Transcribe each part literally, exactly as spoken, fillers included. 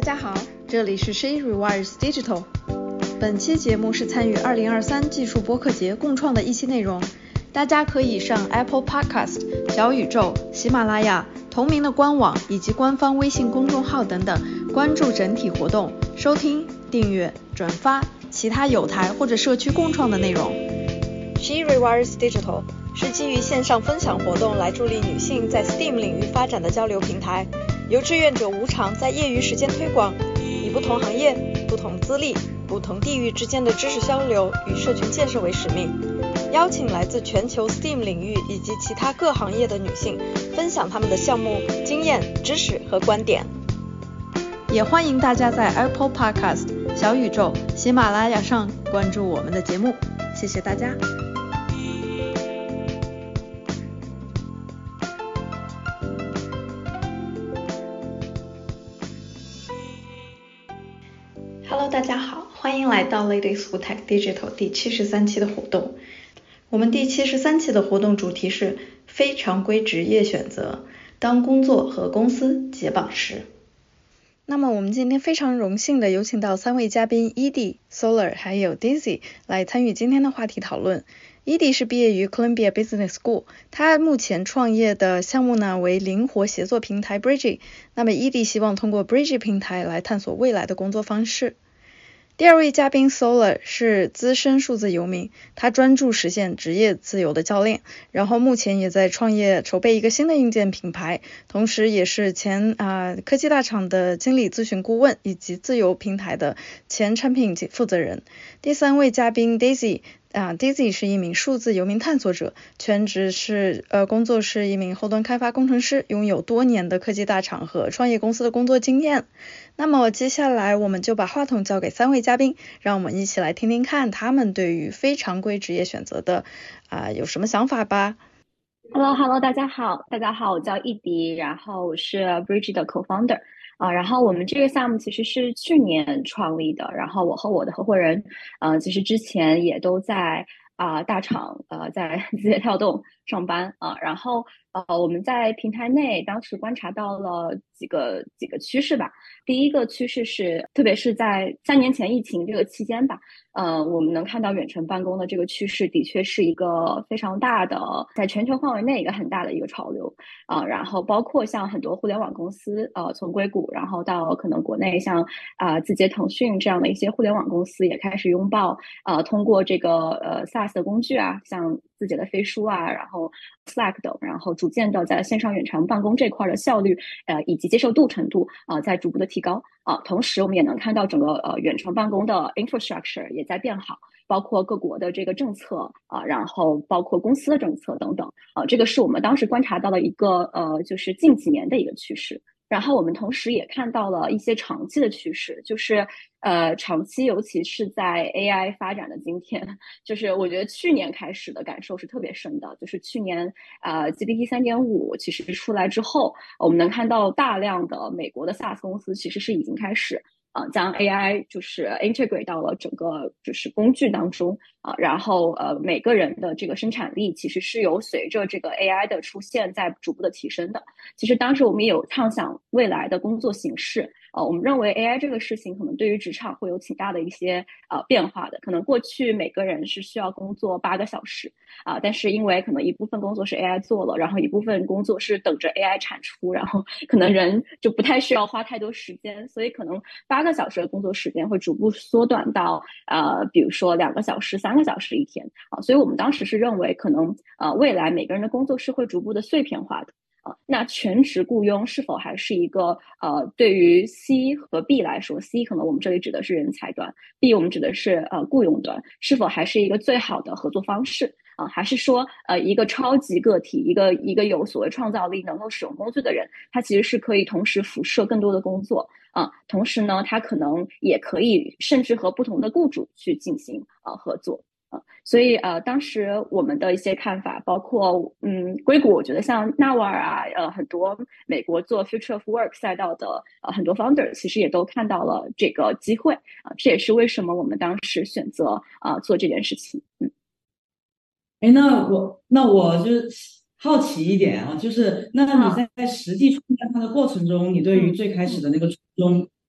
家好，这里是 She Rewires Digital。本期节目是参与二零二三技术播客节共创的一期内容，大家可以上 Apple Podcast、小宇宙、喜马拉雅同名的官网以及官方微信公众号等等，关注整体活动，收听、订阅、转发其他有台或者社区共创的内容。She Rewires Digital 是基于线上分享活动来助力女性在 STEAM 领域发展的交流平台，由志愿者无偿在业余时间推广，以不同行业、不同资历、不同地域之间的知识交流与社群建设为使命，邀请来自全球 STEAM 领域以及其他各行业的女性分享她们的项目、经验、知识和观点。也欢迎大家在 Apple Podcast、小宇宙、喜马拉雅上关注我们的节目，谢谢大家。Hello， 大家好，欢迎来到 Ladies Who Tech Digital 第七十三期的活动。我们第七十三期的活动主题是非常规职业选择，当工作和公司解绑时。那么我们今天非常荣幸的有请到三位嘉宾 Edie、Solar 还有 Daisy 来参与今天的话题讨论。Edie 是毕业于 Columbia Business School， 他目前创业的项目呢为灵活协作平台 Bridgy。那么 Edie 希望通过 Bridgy 平台来探索未来的工作方式。第二位嘉宾 Solar 是资深数字游民，他专注实现职业自由的教练，然后目前也在创业筹备一个新的硬件品牌，同时也是前啊、呃、科技大厂的经理咨询顾问以及自由平台的前产品负责人。第三位嘉宾 Daisy啊 ，Daisy 是一名数字游民探索者，全职是呃工作是一名后端开发工程师，拥有多年的科技大厂和创业公司的工作经验。那么接下来我们就把话筒交给三位嘉宾，让我们一起来听听看他们对于非常规职业选择的啊、呃、有什么想法吧。 Hello Hello， 大家好，大家好，我叫易迪，然后我是 Bridgy 的 co-founder 啊，然后我们这个项目其实是去年创立的，然后我和我的合伙人，呃，其实之前也都在啊、呃、大厂呃在字节跳动上班啊，然后呃我们在平台内当时观察到了几个几个趋势吧。第一个趋势是，特别是在三年前疫情这个期间吧，呃，我们能看到远程办公的这个趋势的确是一个非常大的，在全球范围内一个很大的一个潮流啊、呃。然后包括像很多互联网公司，呃，从硅谷，然后到可能国内像啊、呃、字节、腾讯这样的一些互联网公司也开始拥抱呃通过这个呃 SaaS 的工具啊，像字节的飞书啊，然后 Slack 等，然后逐渐的在线上远程办公这块的效率呃以及接受度程度啊、呃、在逐步的提高啊、呃。同时我们也能看到整个呃远程办公的 infrastructure 也在变好，包括各国的这个政策啊、呃，然后包括公司的政策等等啊、呃，这个是我们当时观察到的一个呃就是近几年的一个趋势。然后我们同时也看到了一些长期的趋势，就是呃长期尤其是在 A I 发展的今天，就是我觉得去年开始的感受是特别深的，就是去年呃 G P T 三点五 其实出来之后，我们能看到大量的美国的 SaaS 公司其实是已经开始啊、呃，将 A I 就是 integrate 到了整个就是工具当中啊、呃，然后呃每个人的这个生产力其实是有随着这个 A I 的出现在逐步的提升的。其实当时我们也有畅想未来的工作形式，呃，我们认为 A I 这个事情可能对于职场会有挺大的一些呃变化的。可能过去每个人是需要工作八个小时啊、呃，但是因为可能一部分工作是 A I 做了，然后一部分工作是等着 A I 产出，然后可能人就不太需要花太多时间，所以可能八个小时的工作时间会逐步缩短到呃，比如说两个小时、三个小时一天啊、呃。所以我们当时是认为可能呃未来每个人的工作是会逐步的碎片化的。呃，那全职雇佣是否还是一个呃，对于 C 和 B 来说 ，C 可能我们这里指的是人才端 ，B 我们指的是呃雇佣端，是否还是一个最好的合作方式啊、呃？还是说呃一个超级个体，一个一个有所谓创造力、能够使用工具的人，他其实是可以同时辐射更多的工作啊、呃，同时呢，他可能也可以甚至和不同的雇主去进行呃合作。呃，所以呃，当时我们的一些看法，包括嗯，硅谷，我觉得像纳瓦尔啊，呃，很多美国做 Future of Work 赛道的呃很多 founder， 其实也都看到了这个机会啊、呃，这也是为什么我们当时选择啊、呃、做这件事情。嗯， 哎，那我那我就好奇一点啊，就是那你在实际创办它的过程中，你对于最开始的那个初衷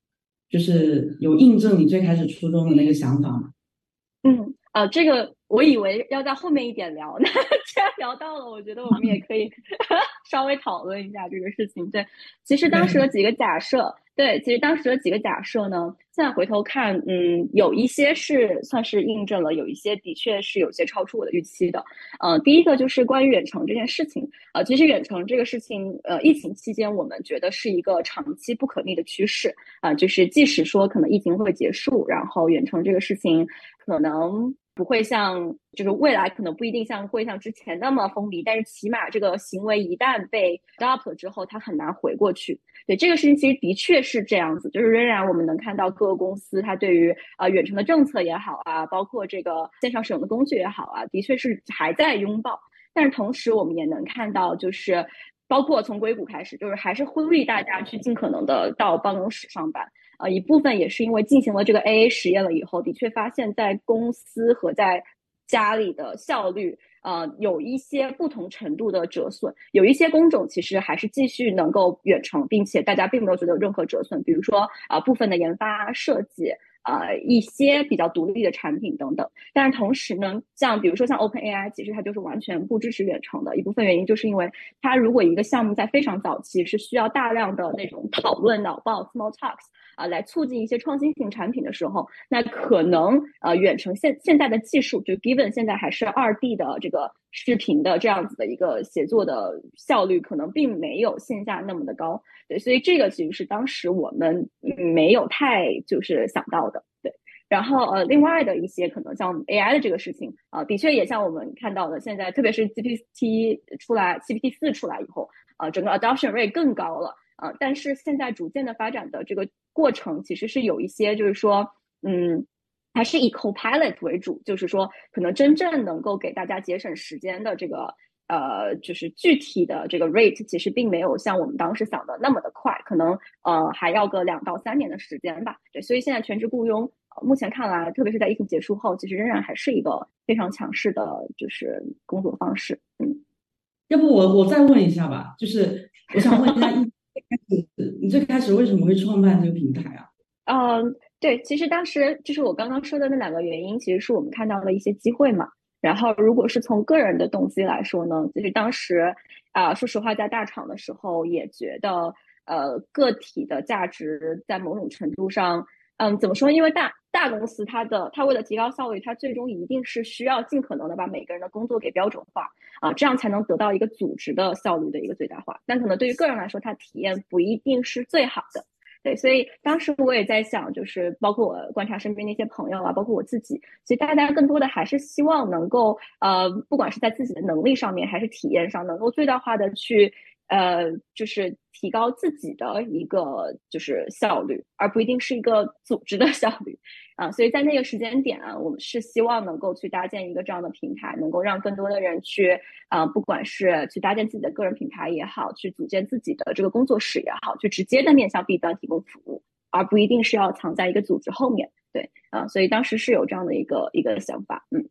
就是有印证你最开始初衷的那个想法吗？ 嗯，呃，这个我以为要在后面一点聊，那既然聊到了，我觉得我们也可以稍微讨论一下这个事情。对，其实当时的几个假设，对，其实当时的几个假设呢，现在回头看，嗯，有一些是算是印证了，有一些的确是有些超出我的预期的。呃，第一个就是关于远程这件事情，呃，其实远程这个事情，呃，疫情期间我们觉得是一个长期不可逆的趋势啊、呃，就是即使说可能疫情会结束，然后远程这个事情可能不会像，就是未来可能不一定像会像之前那么封闭，但是起码这个行为一旦被 adopt 了之后，它很难回过去。对这个事情，其实的确是这样子，就是仍然我们能看到各个公司它对于啊、呃、远程的政策也好啊，包括这个线上使用的工具也好啊，的确是还在拥抱。但是同时，我们也能看到，就是包括从硅谷开始，就是还是呼吁大家去尽可能的到办公室上班。呃，一部分也是因为进行了这个 A A 实验了以后，的确发现，在公司和在家里的效率，呃，有一些不同程度的折损。有一些工种其实还是继续能够远程，并且大家并没有觉得有任何折损。比如说啊、呃，部分的研发设计。呃，一些比较独立的产品等等，但是同时呢，像比如说像 OpenAI，其实它就是完全不支持远程的。一部分原因就是因为它如果一个项目在非常早期是需要大量的那种讨论、脑报、small talks 啊、呃，来促进一些创新型产品的时候，那可能呃远程现现在的技术，就 given 现在还是二 D 的这个视频的这样子的一个协作的效率，可能并没有线下那么的高。对，所以这个其实是当时我们没有太就是想到的。对，然后呃，另外的一些可能像 A I 的这个事情啊、呃，的确也像我们看到的，现在特别是 G P T 出来 ，G P T 四出来以后啊、呃，整个 adoption rate 更高了啊、呃，但是现在逐渐的发展的这个过程，其实是有一些就是说，嗯。还是以 Copilot 为主，就是说，可能真正能够给大家节省时间的这个呃，就是具体的这个 rate 其实并没有像我们当时想的那么的快，可能呃还要个两到三年的时间吧。对，所以现在全职雇佣，呃、目前看来，特别是在疫情结束后，其实仍然还是一个非常强势的，就是工作方式。嗯， 要不我我再问一下吧，就是我想问一下，一最开始你最开始为什么会创办这个平台啊？ 嗯，对，其实当时就是我刚刚说的那两个原因，其实是我们看到的一些机会嘛。然后，如果是从个人的动机来说呢，就是当时啊、呃说实话，在大厂的时候也觉得，呃，个体的价值在某种程度上，嗯，怎么说？因为大大公司它的它为了提高效率，它最终一定是需要尽可能的把每个人的工作给标准化啊，这样才能得到一个组织的效率的一个最大化。但可能对于个人来说，它体验不一定是最好的。对，所以当时我也在想，就是包括我观察身边的一些朋友啊，包括我自己，其实大家更多的还是希望能够，呃，不管是在自己的能力上面，还是体验上，能够最大化的去，呃，就是提高自己的一个就是效率，而不一定是一个组织的效率。啊，所以在那个时间点啊，我们是希望能够去搭建一个这样的平台，能够让更多的人去啊、呃，不管是去搭建自己的个人品牌也好，去组建自己的这个工作室也好，去直接的面向 B 端提供服务，而不一定是要藏在一个组织后面。对啊、呃，所以当时是有这样的一个一个想法，嗯。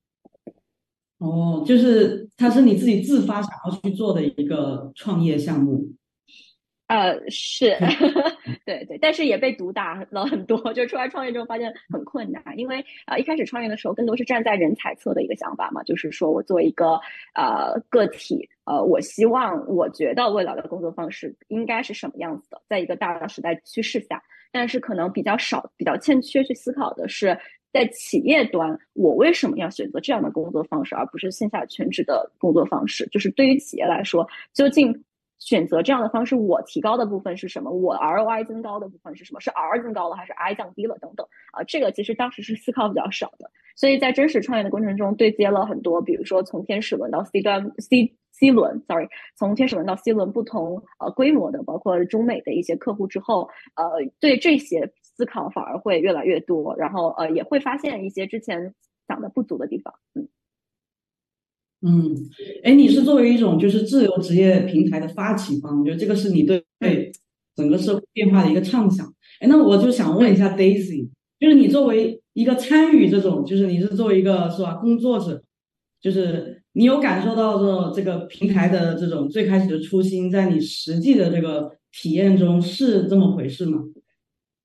哦，就是它是你自己自发想要去做的一个创业项目， 呃，是， 可以。 对对，但是也被毒打了很多，就出来创业之后发现很困难，因为呃一开始创业的时候更多是站在人才侧的一个想法嘛，就是说我作为一个呃个体，呃，我希望我觉得未来的工作方式应该是什么样子的，在一个大的时代趋势下，但是可能比较少、比较欠缺去思考的是。在企业端，我为什么要选择这样的工作方式，而不是线下全职的工作方式？就是对于企业来说，究竟选择这样的方式，我提高的部分是什么？我 R O I 增高的部分是什么？是 R 增高了还是 I 降低了等等啊？这个其实当时是思考比较少的，所以在真实创业的过程中，对接了很多，比如说从天使轮到 C 端 C C 轮，sorry，从天使轮到 C 轮不同呃规模的，包括中美的一些客户之后，呃，对这些思考反而会越来越多，然后呃也会发现一些之前想的不足的地方，嗯。 嗯，哎，你是作为一种就是自由职业平台的发起方，我觉得这个是你对嗯， 对整个社会变化的一个畅想。哎，那我就想问一对。 下 Daisy，就是你作为一个参与这种，就是你是作为一个是吧工作者，就是你有感受到这种这个平台的这种最开始的初心，在你实际的这个体验中是这么回事吗？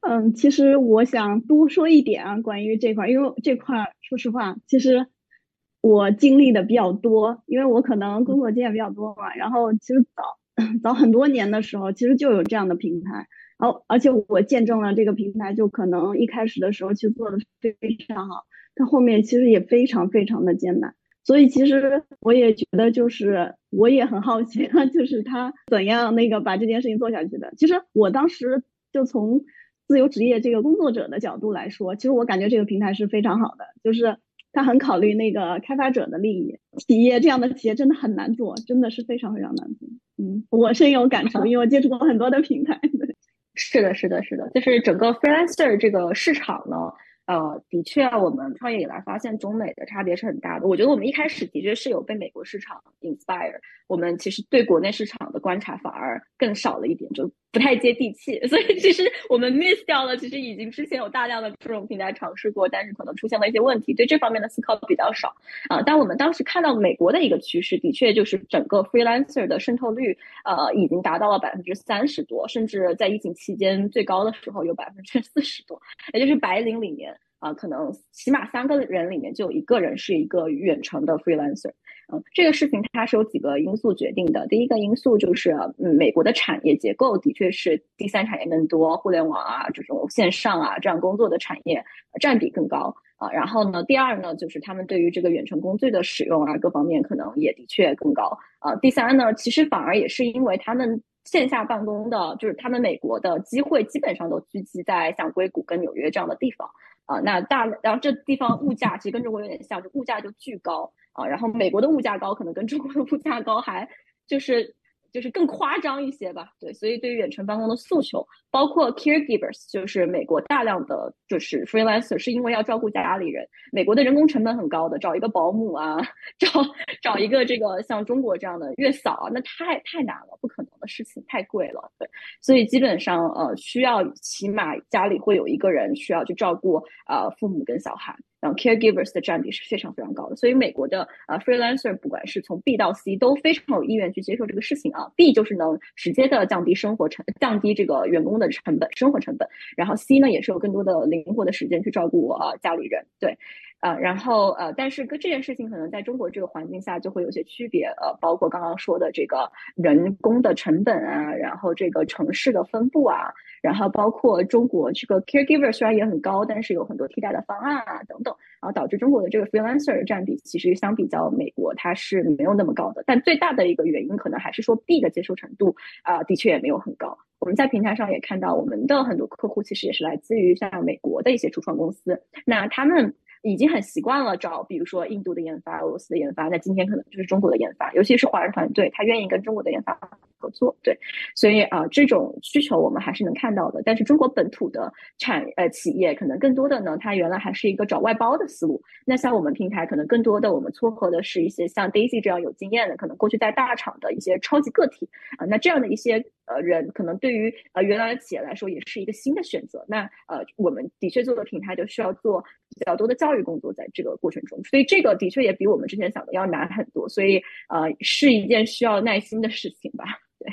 嗯，其实我想多说一点啊，关于这块儿，因为这块儿说实话，其实我经历的比较多，因为我可能工作经验比较多嘛。然后其实早早很多年的时候，其实就有这样的平台，然后而且我见证了这个平台，就可能一开始的时候去做的非常好，但后面其实也非常非常的艰难。所以其实我也觉得，就是我也很好奇，就是他怎样那个把这件事情做下去的。其实我当时就从自由职业这个工作者的角度来说，其实我感觉这个平台是非常好的，就是他很考虑那个开发者的利益。企业这样的企业真的很难做，真的是非常非常难做。嗯，我深有感触，因为我接触过很多的平台。 是的，是的，是的，就是整个 freelancer 这个市场呢，呃，的确，我们创业以来发现中美的差别是很大的。我觉得我们一开始的确是有被美国市场 inspire，我们其实对国内市场的观察反而更少了一点，就不太接地气。所以其实我们 miss 掉了，其实已经之前有大量的这种平台尝试过，但是可能出现了一些问题，对这方面的思考比较少啊、呃。但我们当时看到美国的一个趋势，的确就是整个 freelancer 的渗透率，呃，已经达到了百分之三十多，甚至在疫情期间最高的时候有百分之四十多，也就是白领里面。啊、呃，可能起码三个人里面就有一个人是一个远程的 freelancer。嗯，这个事情它是有几个因素决定的。第一个因素就是，嗯，美国的产业结构的确是第三产业更多，互联网啊这种线上啊这样工作的产业占比更高啊。然后呢，第二呢，就是他们对于这个远程工具的使用啊，各方面可能也的确更高啊。第三呢，其实反而也是因为他们线下办公的，就是他们美国的机会基本上都聚集在像硅谷跟纽约这样的地方。啊、呃，那大，然后这地方物价其实跟中国有点像，就物价就巨高啊、呃，然后美国的物价高，可能跟中国的物价高还就是就是更夸张一些吧，对，所以对于远程办公的诉求，包括 caregivers， 就是美国大量的就是 freelancer， 是因为要照顾家里人，美国的人工成本很高的，找一个保姆啊，找找一个这个像中国这样的月嫂啊，那太太难了，不可能的事情，太贵了，对，所以基本上呃需要起码家里会有一个人需要去照顾呃父母跟小孩。然后 caregivers 的占比是非常非常高的，所以美国的呃 freelancer 不管是从 B 到 C 都非常有意愿去接受这个事情啊。B 就是能直接的降低生活成降低这个员工的成本生活成本，然后 C 呢也是有更多的灵活的时间去照顾呃家里人，对。呃，然后呃，但是跟这件事情可能在中国这个环境下就会有些区别，呃，包括刚刚说的这个人工的成本啊，然后这个城市的分布啊，然后包括中国这个 caregiver 虽然也很高，但是有很多替代的方案啊等等，然后导致中国的这个 freelancer 占比其实相比较美国它是没有那么高的，但最大的一个原因可能还是说 B 的接受程度啊、呃，的确也没有很高。我们在平台上也看到，我们的很多客户其实也是来自于像美国的一些初创公司，那他们已经很习惯了找比如说印度的研发、俄罗斯的研发，那今天可能就是中国的研发，尤其是华人团队他愿意跟中国的研发合作，对，所以啊、呃，这种需求我们还是能看到的。但是中国本土的产呃企业可能更多的呢，它原来还是一个找外包的思路。那像我们平台可能更多的我们撮合的是一些像 Daisy 这样有经验的，可能过去在大厂的一些超级个体啊、呃，那这样的一些呃人，可能对于呃原来的企业来说也是一个新的选择。那呃我们的确做的平台就需要做比较多的教育工作在这个过程中，所以这个的确也比我们之前想的要难很多，所以呃是一件需要耐心的事情吧。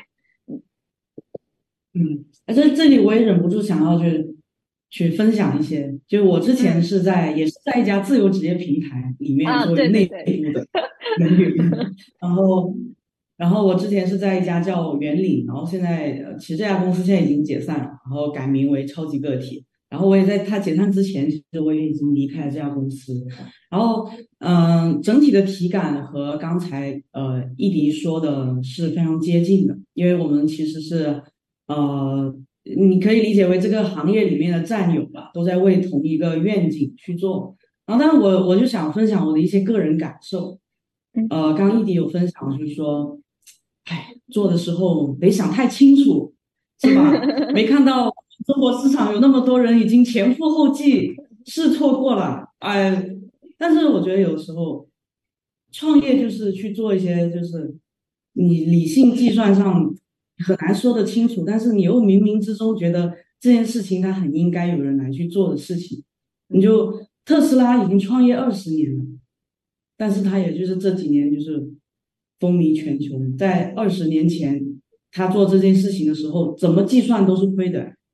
嗯，而这这里我也忍不住想要去去分享一些，就我之前是在、嗯、也是在一家自由职业平台里面作为内部的人员，啊、然后然后我之前是在一家叫圆领，然后现在呃其实这家公司现在已经解散了，然后改名为超级个体，然后我也在它解散之前，其实我也已经离开了这家公司，然后嗯、呃，整体的体感和刚才呃易迪说的是非常接近的，因为我们其实是。呃，你可以理解为这个行业里面的战友吧，都在为同一个愿景去做。然后，当然我我就想分享我的一些个人感受。呃，刚易迪有分享，就是说，哎，做的时候得想太清楚，是吧？没看到中国市场有那么多人已经前赴后继试错过了，哎，但是我觉得有时候创业就是去做一些，就是你理性计算上。很难说得清楚，但是你又冥冥之中觉得这件事情它很应该有人来去做的事情。你就特斯拉已经创业二十年了，但是他也就是这几年就是风靡全球。在二十年前他做这件事情的时候，怎么计算都是亏的。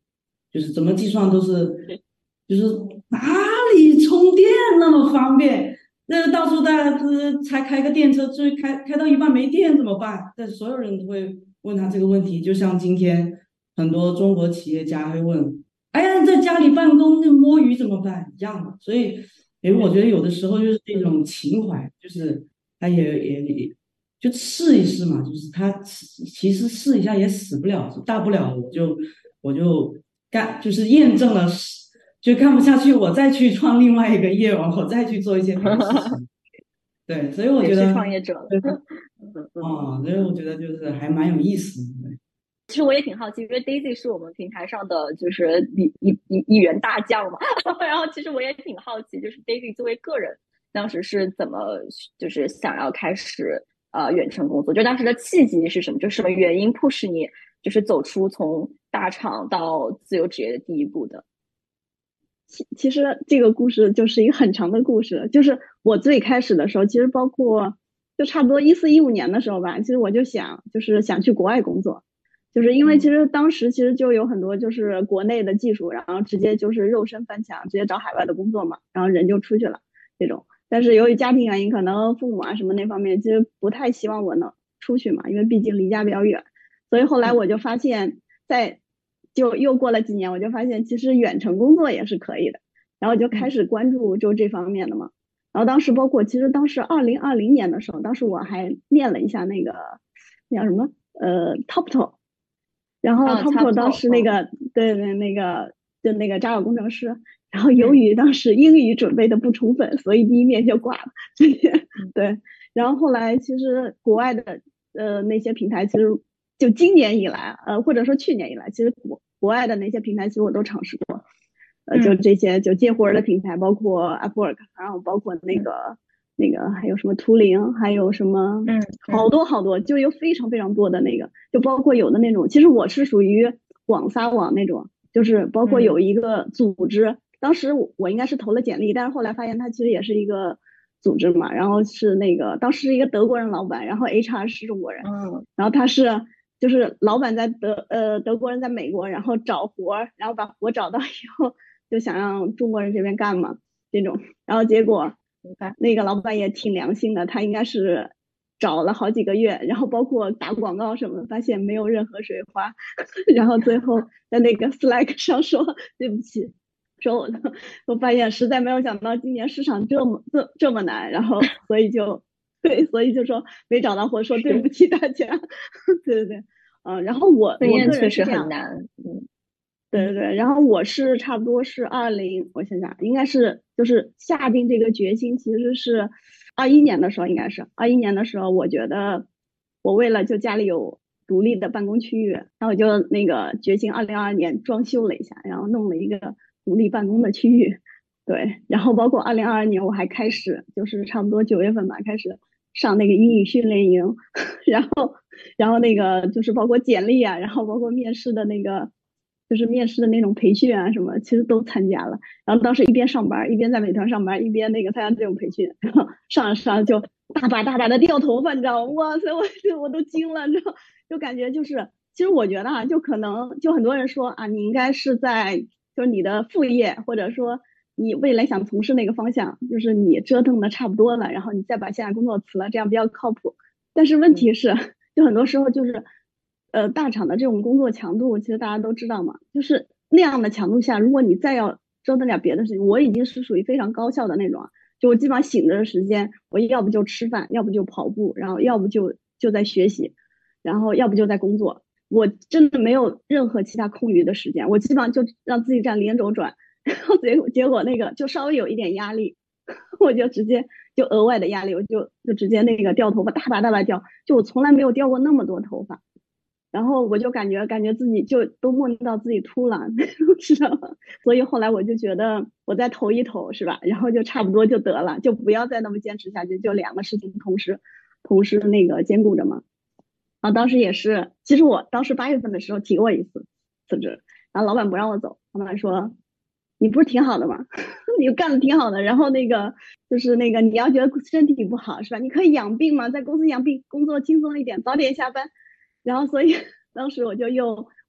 就是怎么计算都是，就是哪里充电那么方便？那到处大家就是才开个电车，就是开开到一半没电怎么办？但所有人都会问他这个问题，就像今天很多中国企业家会问：哎呀，你在家里办公那摸鱼怎么办？一样的。所以，因为我觉得有的时候就是这种情怀，就是他也也也就试一试嘛，就是他其实试一下也死不了，大不了我就我就干，就是验证了。就干不下去，我再去创另外一个业务，我再去做一些别的事情。对，所以我觉得， 也是创业者了。 哦，所以我觉得就是还蛮有意思的。 其实我也挺好奇，因为 Daisy 是我们平台上的就是一一一一员大将嘛，然后其实我也挺好奇，就是 Daisy 作为个人，当时是怎么就是想要开始呃远程工作，就当时的契机是什么，就什么原因 push 你就是走出从大厂到自由职业的第一步的。 其其实这个故事就是一个很长的故事，就是我最开始的时候，其实包括就差不多一四一五年的时候吧，其实我就想就是想去国外工作，就是因为其实当时其实就有很多就是国内的技术，然后直接就是肉身翻墙，直接找海外的工作嘛，然后人就出去了这种。但是由于家庭原因，可能父母啊什么那方面其实不太希望我能出去嘛，因为毕竟离家比较远，所以后来我就发现，在就又过了几年，我就发现其实远程工作也是可以的，然后就开始关注就这方面的嘛。然后当时包括其实当时二零二零年的时候，当时我还练了一下那个那叫什么呃 TopTal， 然后 TopTal 当时那个、哦、对对那个就那个 Java 工程师，然后由于当时英语准备的不充分，所以第一面就挂了。对，然后后来其实国外的呃那些平台，其实就今年以来呃或者说去年以来，其实国国外的那些平台其实我都尝试过。呃，就这些就接活的平台，包括 Upwork， 然后包括那个、嗯、那个还有什么图灵，还有什么， 嗯， 好多好多，就有非常非常多的那个，就包括有的那种，其实我是属于广撒网那种，就是包括有一个组织，嗯、当时我应该是投了简历，但是后来发现它其实也是一个组织嘛，然后是那个当时是一个德国人老板，然后 H R 是中国人， 嗯， 然后他是。就是老板在德呃德国人在美国，然后找活，然后把活找到以后，就想让中国人这边干嘛这种，然后结果那个老板也挺良心的，他应该是找了好几个月，然后包括打广告什么的，发现没有任何水花，然后最后在那个 Slack 上说对不起，说我我发现实在没有想到今年市场这么这这么难，然后所以就。对，所以就说没找到活，说对不起大家。对对对，嗯，然后我我个人确实很难，嗯， 对对对，然后我是差不多是二零，我想想，应该是就是下定这个决心，其实是二一年的时候，应该是二一年的时候，我觉得我为了就家里有独立的办公区域，然后我就那个决心二零二二年装修了一下，然后弄了一个独立办公的区域。对，然后包括二零二二年我还开始，就是差不多九月份吧，开始上那个英语训练营，然后，然后那个就是包括简历啊，然后包括面试的那个，就是面试的那种培训啊什么，其实都参加了。然后当时一边上班，一边在美团上班，一边那个参加这种培训，然后上着上就大把大把的掉头发，你知道吗？哇塞，我我都惊了，你知道，就感觉就是，其实我觉得啊，就可能就很多人说啊，你应该是在就是你的副业，或者说。你未来想从事那个方向，就是你折腾的差不多了，然后你再把现在工作辞了，这样比较靠谱。但是问题是，就很多时候就是，呃，大厂的这种工作强度，其实大家都知道嘛，就是那样的强度下，如果你再要折腾点别的事情，我已经是属于非常高效的那种，就我基本上醒着的时间，我要不就吃饭，要不就跑步，然后要不就就在学习，然后要不就在工作，我真的没有任何其他空余的时间，我基本上就让自己这样连轴转。然后结果结果那个就稍微有一点压力，我就直接就额外的压力，我就就直接那个掉头发，大把大把掉，就我从来没有掉过那么多头发，然后我就感觉感觉自己就都摸到自己秃了，知道吗？所以后来我就觉得我再投一投是吧，然后就差不多就得了，就不要再那么坚持下去，就两个事情同时同时那个兼顾着嘛。然后当时也是，其实我当时八月份的时候提过一次辞职，然后老板不让我走，老板说。你不是挺好的吗？你干的挺好的，然后那个就是那个你要觉得身体不好是吧？你可以养病嘛，在公司养病，工作轻松一点，早点下班。然后所以当时我就又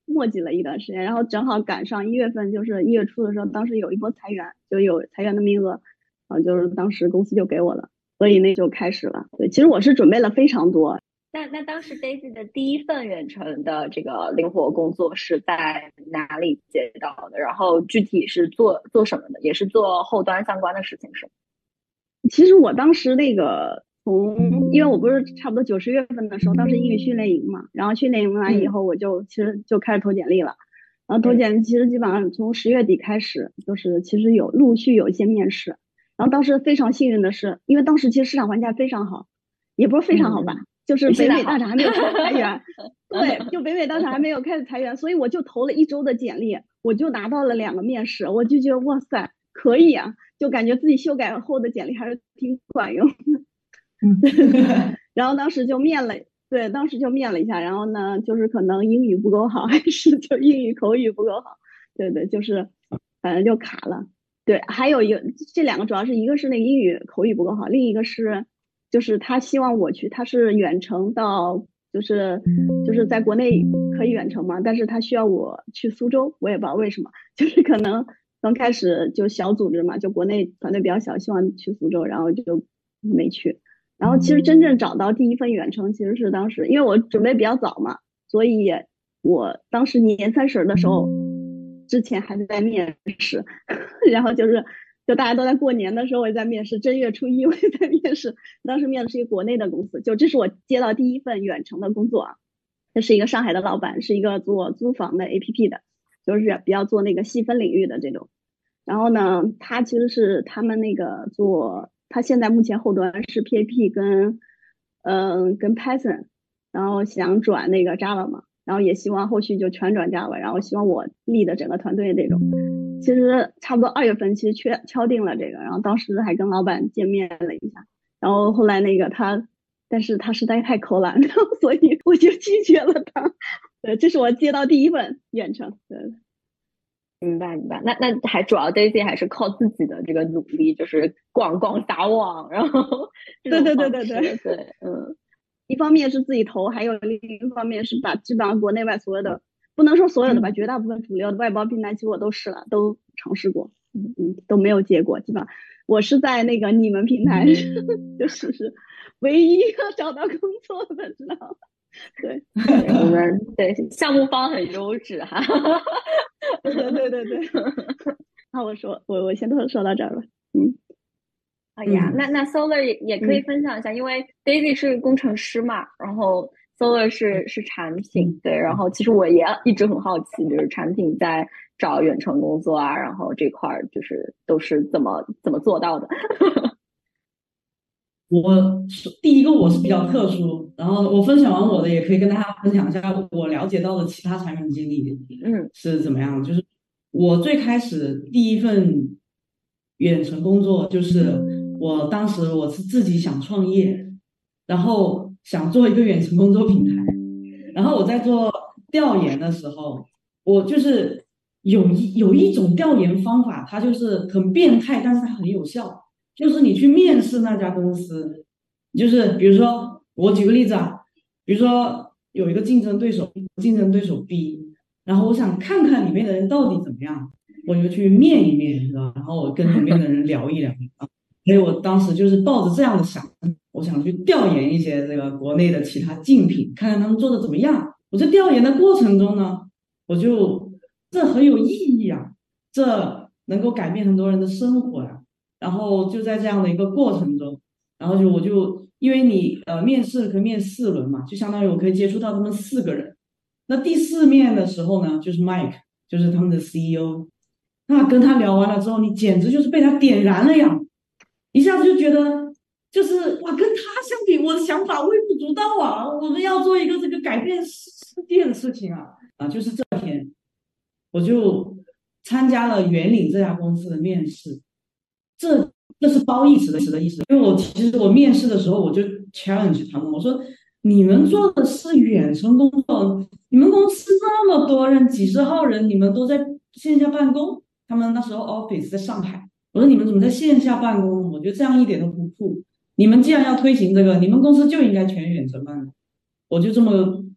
墨迹了一段时间，然后正好赶上一月份，就是一月初的时候，当时有一波裁员，就有裁员的名额，啊，就是当时公司就给我了，所以那就开始了。对，其实我是准备了非常多。 那那当时 Daisy 的第一份远程的这个灵活工作是在哪里接到的？然后具体是做做什么的？也是做后端相关的事情是吗？ 其实我当时那个从，因为我不是差不多九十月份的时候，当时英语训练营嘛，然后训练营完以后，我就其实就开始投简历了。然后投简历其实基本上从十月底开始，就是其实有陆续有一些面试。然后当时非常幸运的是，因为当时其实市场环境非常好，也不是非常好吧。嗯，就是北美大厂还没有开始裁员，对，就北美大厂还没有开始裁员，所以我就投了一周的简历，我就拿到了两个面试，我就觉得哇塞，可以啊，就感觉自己修改后的简历还是挺管用的。然后当时就面了，对，当时就面了一下，然后呢，就是可能英语不够好，还是就英语口语不够好，对对，就是反正就卡了。对，还有一个，这两个主要是一个是那个英语口语不够好，另一个是。就是他希望我去，他是远程到，就是就是在国内可以远程嘛，但是他需要我去苏州，我也不知道为什么，就是可能刚开始就小组织嘛，就国内团队比较小，希望去苏州，然后就没去。然后其实真正找到第一份远程，其实是当时因为我准备比较早嘛，所以我当时年三十的时候，之前还在面试，然后就是。就大家都在过年的时候，我也在面试，正月初一我也在面试。当时面的是一个国内的公司，就这是我接到第一份远程的工作啊。这是一个上海的老板，是一个做租房的 A P P 的，就是比较做那个细分领域的这种。然后呢，他其实是他们那个做，他现在目前后端是 P H P 跟嗯、呃、跟 Python， 然后想转那个 Java 嘛，然后也希望后续就全转 Java， 然后希望我立的整个团队这种。其实差不多二月份其实敲敲定了这个，然后当时还跟老板见面了一下，然后后来那个他，但是他实在太抠了，然后所以我就拒绝了他。对，这是我接到第一份远程。对， 明白明白。那那还主要 Daisy 还是靠自己的这个努力，就是广广撒网，然后对对对对对对，嗯， 一方面是自己投，还有另一方面是把基本上国内外所有的。不能说所有的吧，绝大部分主流的外包平台其实我都试了，都尝试过，嗯嗯，都没有结果。基本上我是在那个你们平台，就是是唯一找到工作的，知道吗？对， 我们对项目方很优质哈。 对对对对。那我说我我先说到这儿吧，嗯。 哎呀，嗯、那那 Solar 也也可以分享一下，嗯、因为 Daisy 是工程师嘛，然后。Solar 是是产品，对，然后其实我也一直很好奇，就是产品在找远程工作啊，然后这块就是都是怎么怎么做到的。 我第一个我是比较特殊，然后我分享完我的，也可以跟大家分享一下我了解到的其他产品经历，嗯，是怎么样。就是我最开始第一份远程工作，就是我当时我是自己想创业，然后。想做一个远程工作平台，然后我在做调研的时候，我就是有一有一种调研方法，它就是很变态，但是它很有效。就是你去面试那家公司，就是比如说我举个例子啊，比如说有一个竞争对手，竞争对手 B， 然后我想看看里面的人到底怎么样，我就去面一面，是吧？然后我跟里面的人聊一聊啊。所以我当时就是抱着这样的想，我想去调研一些这个国内的其他竞品，看看他们做的怎么样。我在调研的过程中呢，我就这很有意义啊，这能够改变很多人的生活呀、啊。然后就在这样的一个过程中，然后就我就因为你呃面试可以面四轮嘛，就相当于我可以接触到他们四个人。那第四面的时候呢，就是 Mike， 就是他们的 C E O。那跟他聊完了之后，你简直就是被他点燃了呀！一下子就觉得，就是哇，跟他相比，我的想法微不足道啊！我们要做一个这个改变世界的事情啊啊！就是这天，我就参加了圆领这家公司的面试。这这是褒义词的词的意思，因为我其实我面试的时候，我就 challenge 他们，我说你们做的是远程工作，你们公司那么多人，几十号人，你们都在线下办公。他们那时候 office 在上海。我说你们怎么在线下办公？我觉得这样一点都不酷。你们既然要推行这个，你们公司就应该全远程办。我就这么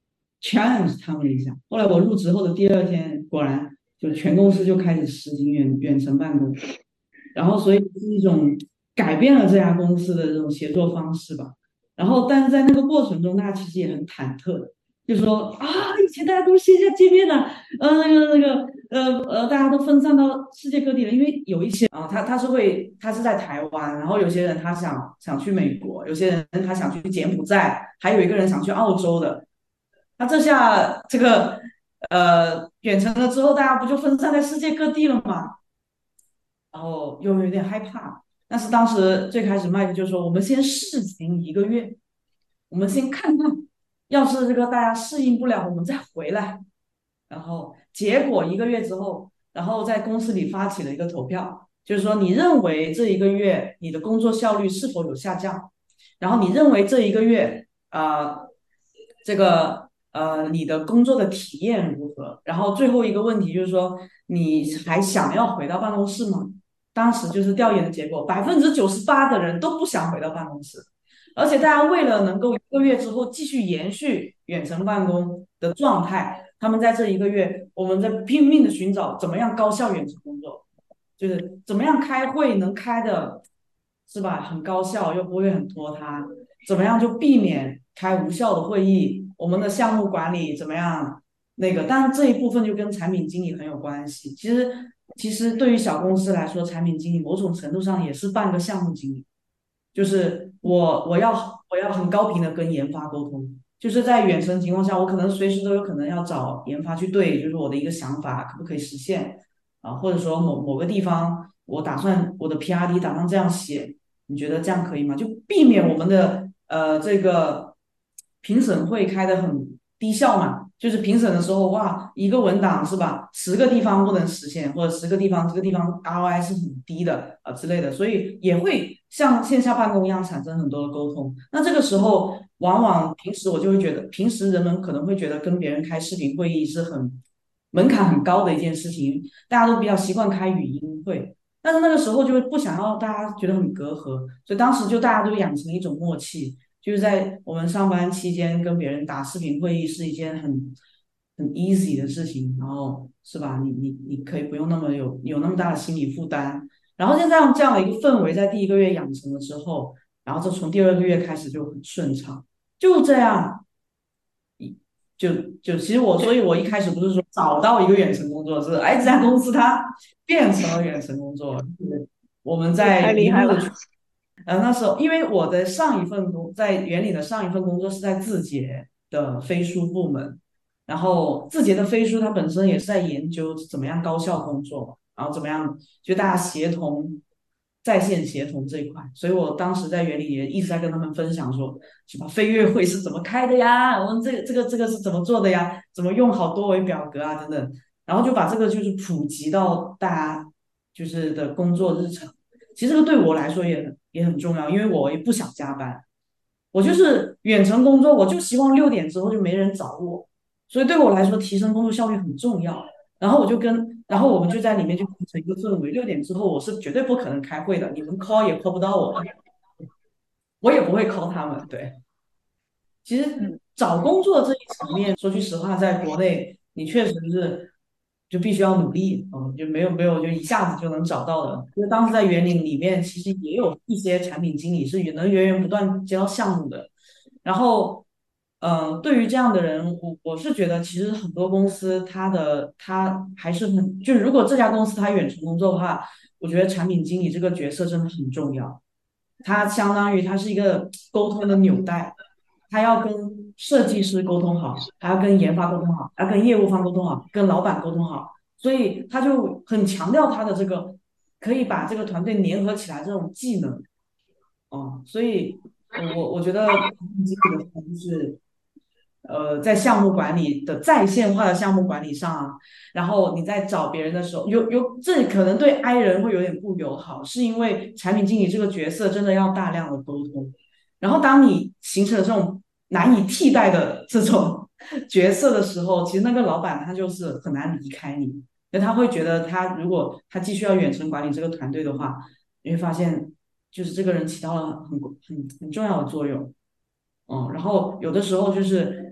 challenge 他们一下。后来我入职后的第二天，果然就全公司就开始实行远远程办公，然后所以是一种改变了这家公司的这种协作方式吧。然后但是在那个过程中，大家其实也很忐忑的，就说啊，以前大家都是线下见面的，呃，那个那个呃呃，大家都分散到世界各地了，因为有一些啊，他他是会他是在台湾，然后有些人他想想去美国，有些人他想去柬埔寨，还有一个人想去澳洲的。那这下这个呃远程了之后，大家不就分散在世界各地了吗？然后又有点害怕。但是当时最开始麦克就说，我们先试行一个月，我们先看看，要是这个大家适应不了，我们再回来。然后结果一个月之后，然后在公司里发起了一个投票，就是说你认为这一个月你的工作效率是否有下降？然后你认为这一个月啊、呃这个呃你的工作的体验如何？然后最后一个问题就是说，你还想要回到办公室吗？当时就是调研的结果，百分之九十八的人都不想回到办公室，而且大家为了能够一个月之后继续延续远程办公的状态，他们在这一个月，我们在拼命的寻找怎么样高效远程工作，就是怎么样开会能开的，是吧？很高效又不会很拖沓，怎么样就避免开无效的会议，我们的项目管理怎么样那个，但是这一部分就跟产品经理很有关系。其实，其实对于小公司来说，产品经理某种程度上也是半个项目经理。就是我我要我要很高频的跟研发沟通，就是在远程情况下，我可能随时都有可能要找研发去对，就是我的一个想法可不可以实现啊，或者说某某个地方我打算我的 P R D 打算这样写，你觉得这样可以吗？就避免我们的呃这个评审会开得很低效嘛，就是评审的时候哇，一个文档是吧，十个地方不能实现，或者十个地方这个地方 R O I 是很低的啊之类的，所以也会像线下办公一样产生很多的沟通。那这个时候，往往平时我就会觉得，平时人们可能会觉得跟别人开视频会议是很门槛很高的一件事情，大家都比较习惯开语音会。但是那个时候就不想要大家觉得很隔阂，所以当时就大家都养成一种默契，就是在我们上班期间跟别人打视频会议是一件很很 easy 的事情，然后是吧？你你你可以不用那么有有那么大的心理负担，然后就这样这样的一个氛围，在第一个月养成了之后，然后就从第二个月开始就很顺畅，就这样，就就其实我，所以我一开始不是说找到一个远程工作，是哎这家公司它变成了远程工作，就是我们太在厉害了。 一路的去。呃，那时候因为我的上一份工在原理的上一份工作是在字节的飞书部门，然后字节的飞书它本身也是在研究怎么样高效工作，然后怎么样就大家协同在线协同这一块，所以我当时在原理也一直在跟他们分享说，什么飞跃会是怎么开的呀，我们这个这个这个是怎么做的呀，怎么用好多维表格啊等等，然后就把这个就是普及到大家就是的工作日常。其实这个对我来说也也很重要，因为我也不想加班，我就是远程工作，我就希望六点之后就没人找我，所以对我来说提升工作效率很重要。然后我就跟，然后我们就在里面就形成一个氛围，六点之后我是绝对不可能开会的，你们 call 也 call 不到我，我也不会 call 他们。对，其实嗯找工作这一层面，说句实话，在国内你确实是就必须要努力，嗯，就没有没有就一下子就能找到的。因为当时在园林里面，其实也有一些产品经理是也能源源不断接到项目的。然后，嗯、对于这样的人，我我是觉得，其实很多公司它的它还是很，就如果这家公司它远程工作的话，我觉得产品经理这个角色真的很重要。它相当于它是一个沟通的纽带，他要跟设计师沟通好，还要跟研发沟通好，还要跟业务方沟通好，跟老板沟通好，所以他就很强调他的这个可以把这个团队粘合起来这种技能。哦，所以我我我觉得经理的话就是呃，在项目管理的在线化的项目管理上啊，然后你在找别人的时候，有有这可能对 I 人会有点不友好，是因为产品经理这个角色真的要大量的沟通，然后当你形成了这种难以替代的这种角色的时候，其实那个老板他就是很难离开你，因为他会觉得他如果他继续要远程管理这个团队的话，你会发现就是这个人起到了很很很重要的作用。嗯，然后有的时候就是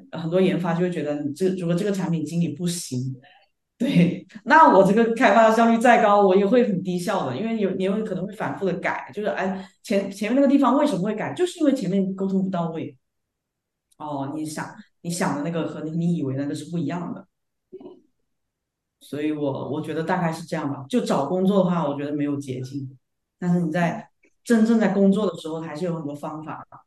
很多研发就会觉得你这如果这个产品经理不行，对，那我这个开发的效率再高，我也会很低效的，因为有你有可能会反复的改，就是哎前前面那个地方为什么会改，就是因为前面沟通不到位。哦，你想你想的那个和你你以为那个是不一样的，所以我我觉得大概是这样吧。就找工作的话，我觉得没有捷径，但是你在真正在工作的时候，还是有很多方法的。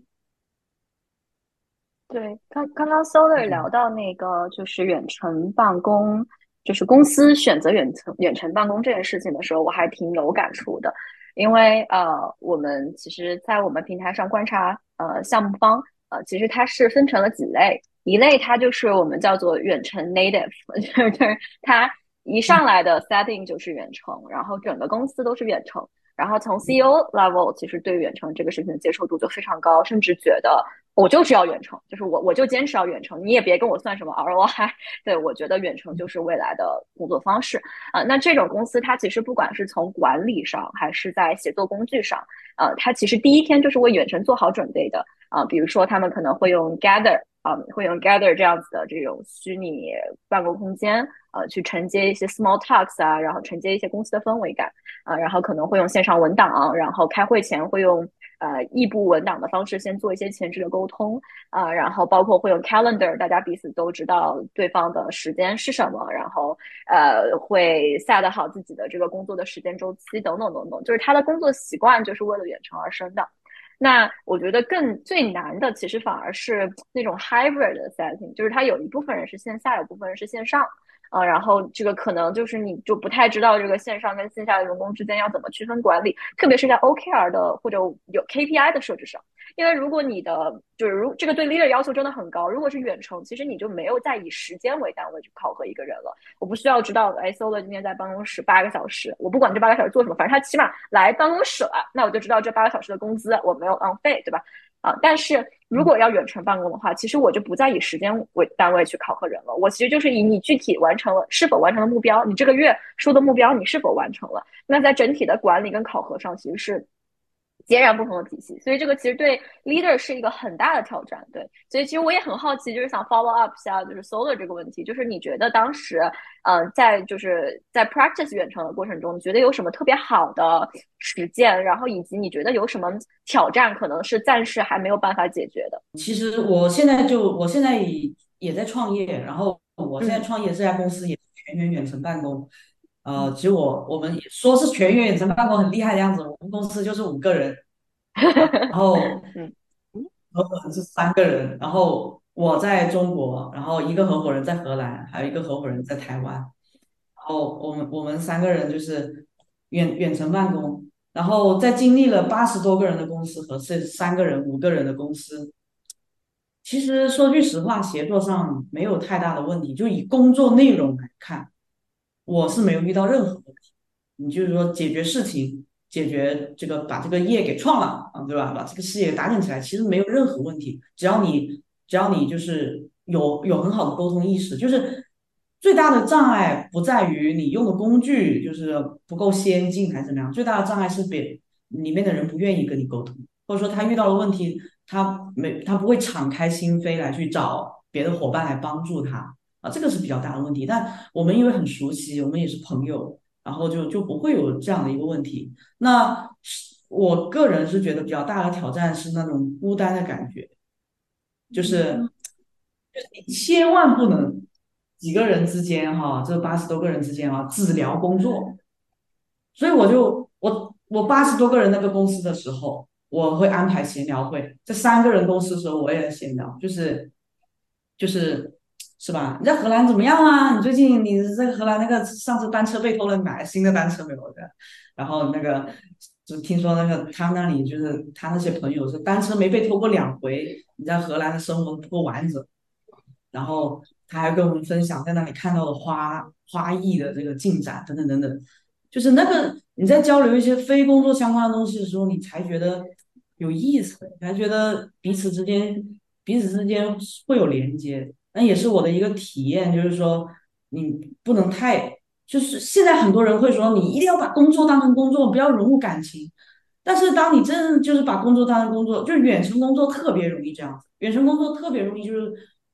对，刚刚刚 Solar 聊到那个就是远程办公，就是公司选择远程远程办公这件事情的时候，我还挺有感触的，因为呃，我们其实，在我们平台上观察，呃，项目方，呃，其实它是分成了几类，一类它就是我们叫做远程 native，就是就是它一上来的 setting 就是远程，然后整个公司都是远程。然后从 C E O level，其实对远程这个事情的接受度就非常高，甚至觉得我就是要远程，就是我我就坚持要远程，你也别跟我算什么 R O I。对，我觉得远程就是未来的工作方式啊、呃。那这种公司它其实不管是从管理上，还是在协作工具上，呃，它其实第一天就是为远程做好准备的啊、呃。比如说他们可能会用 Gather 啊、呃，会用 Gather 这样子的这种虚拟办公空间，呃，去承接一些 small talks 啊，然后承接一些公司的氛围感。啊、呃，然后可能会用线上文档，然后开会前会用呃异步文档的方式先做一些前置的沟通啊、呃，然后包括会用 calendar， 大家彼此都知道对方的时间是什么，然后呃会 set 好自己的这个工作的时间周期等等等等，就是他的工作习惯就是为了远程而生的。那我觉得更最难的，其实反而是那种 hybrid 的 setting，就是它有一部分人是线下，有部分人是线上。呃，然后这个可能就是你就不太知道这个线上跟线下的员工之间要怎么区分管理，特别是在 O K R 的或者有 K P I 的设置上。因为如果你的就是如这个对 leader 要求真的很高，如果是远程，其实你就没有再以时间为单位去考核一个人了。我不需要知道，哎 ，Solo 今天在办公室八个小时，我不管这八个小时做什么，反正他起码来办公室了，那我就知道这八个小时的工资我没有浪费，对吧？啊，但是如果要远程办公的话，其实我就不再以时间为单位去考核人了，我其实就是以你具体完成了是否完成了目标，你这个月说的目标你是否完成了。那在整体的管理跟考核上，其实是截然不同的体系，所以这个其实对 leader 是一个很大的挑战。对，所以其实我也很好奇，就是想 follow up 一下，就是 Solar 这个问题，就是你觉得当时，呃，在就是在 practice 远程的过程中，你觉得有什么特别好的实践，然后以及你觉得有什么挑战可能是暂时还没有办法解决的？ 其实我现在就我现在也在创业，然后我现在嗯创业这家公司也是全员远程办公。呃，其实我我们说是全员远程办公很厉害的样子，我们公司就是五个人，然后嗯合伙人是三个人，然后我在中国，然后一个合伙人在荷兰，还有一个合伙人在台湾，然后我们我们三个人就是远远程办公，然后在经历了八十多个人的公司和这三个人五个人的公司，其实说句实话，协作上没有太大的问题，就以工作内容来看，我是没有遇到任何问题。你就是说解决事情，解决这个把这个业给创了啊，对吧？把这个事业打点起来，其实没有任何问题。只要你只要你就是有有很好的沟通意识，就是最大的障碍不在于你用的工具就是不够先进还是怎么样，最大的障碍是别里面的人不愿意跟你沟通，或者说他遇到了问题，他没他不会敞开心扉来去找别的伙伴来帮助他啊，这个是比较大的问题。但我们因为很熟悉，我们也是朋友。然后就就不会有这样的一个问题。那我个人是觉得比较大的挑战是那种孤单的感觉，就是就是你千万不能几个人之间哈，这八十多个人之间啊，只聊工作。所以我就我我八十多个人那个公司的时候，我会安排闲聊会。这三个人公司的时候，我也闲聊，就是就是是吧？你在荷兰怎么样啊？你最近你这个荷兰那个上次单车被偷了，你买了新的单车没有的？然后那个就听说那个他那里就是他那些朋友说单车没被偷过两回，你在荷兰的生活不够完整。然后他还跟我们分享在那里看到的花花艺的这个进展等等等等，就是那个你在交流一些非工作相关的东西的时候，你才觉得有意思，才觉得彼此之间彼此之间会有连接。那也是我的一个体验，就是说你不能太，就是现在很多人会说你一定要把工作当成工作，不要融入感情。但是当你真就是把工作当成工作，就是远程工作特别容易这样子，远程工作特别容易就是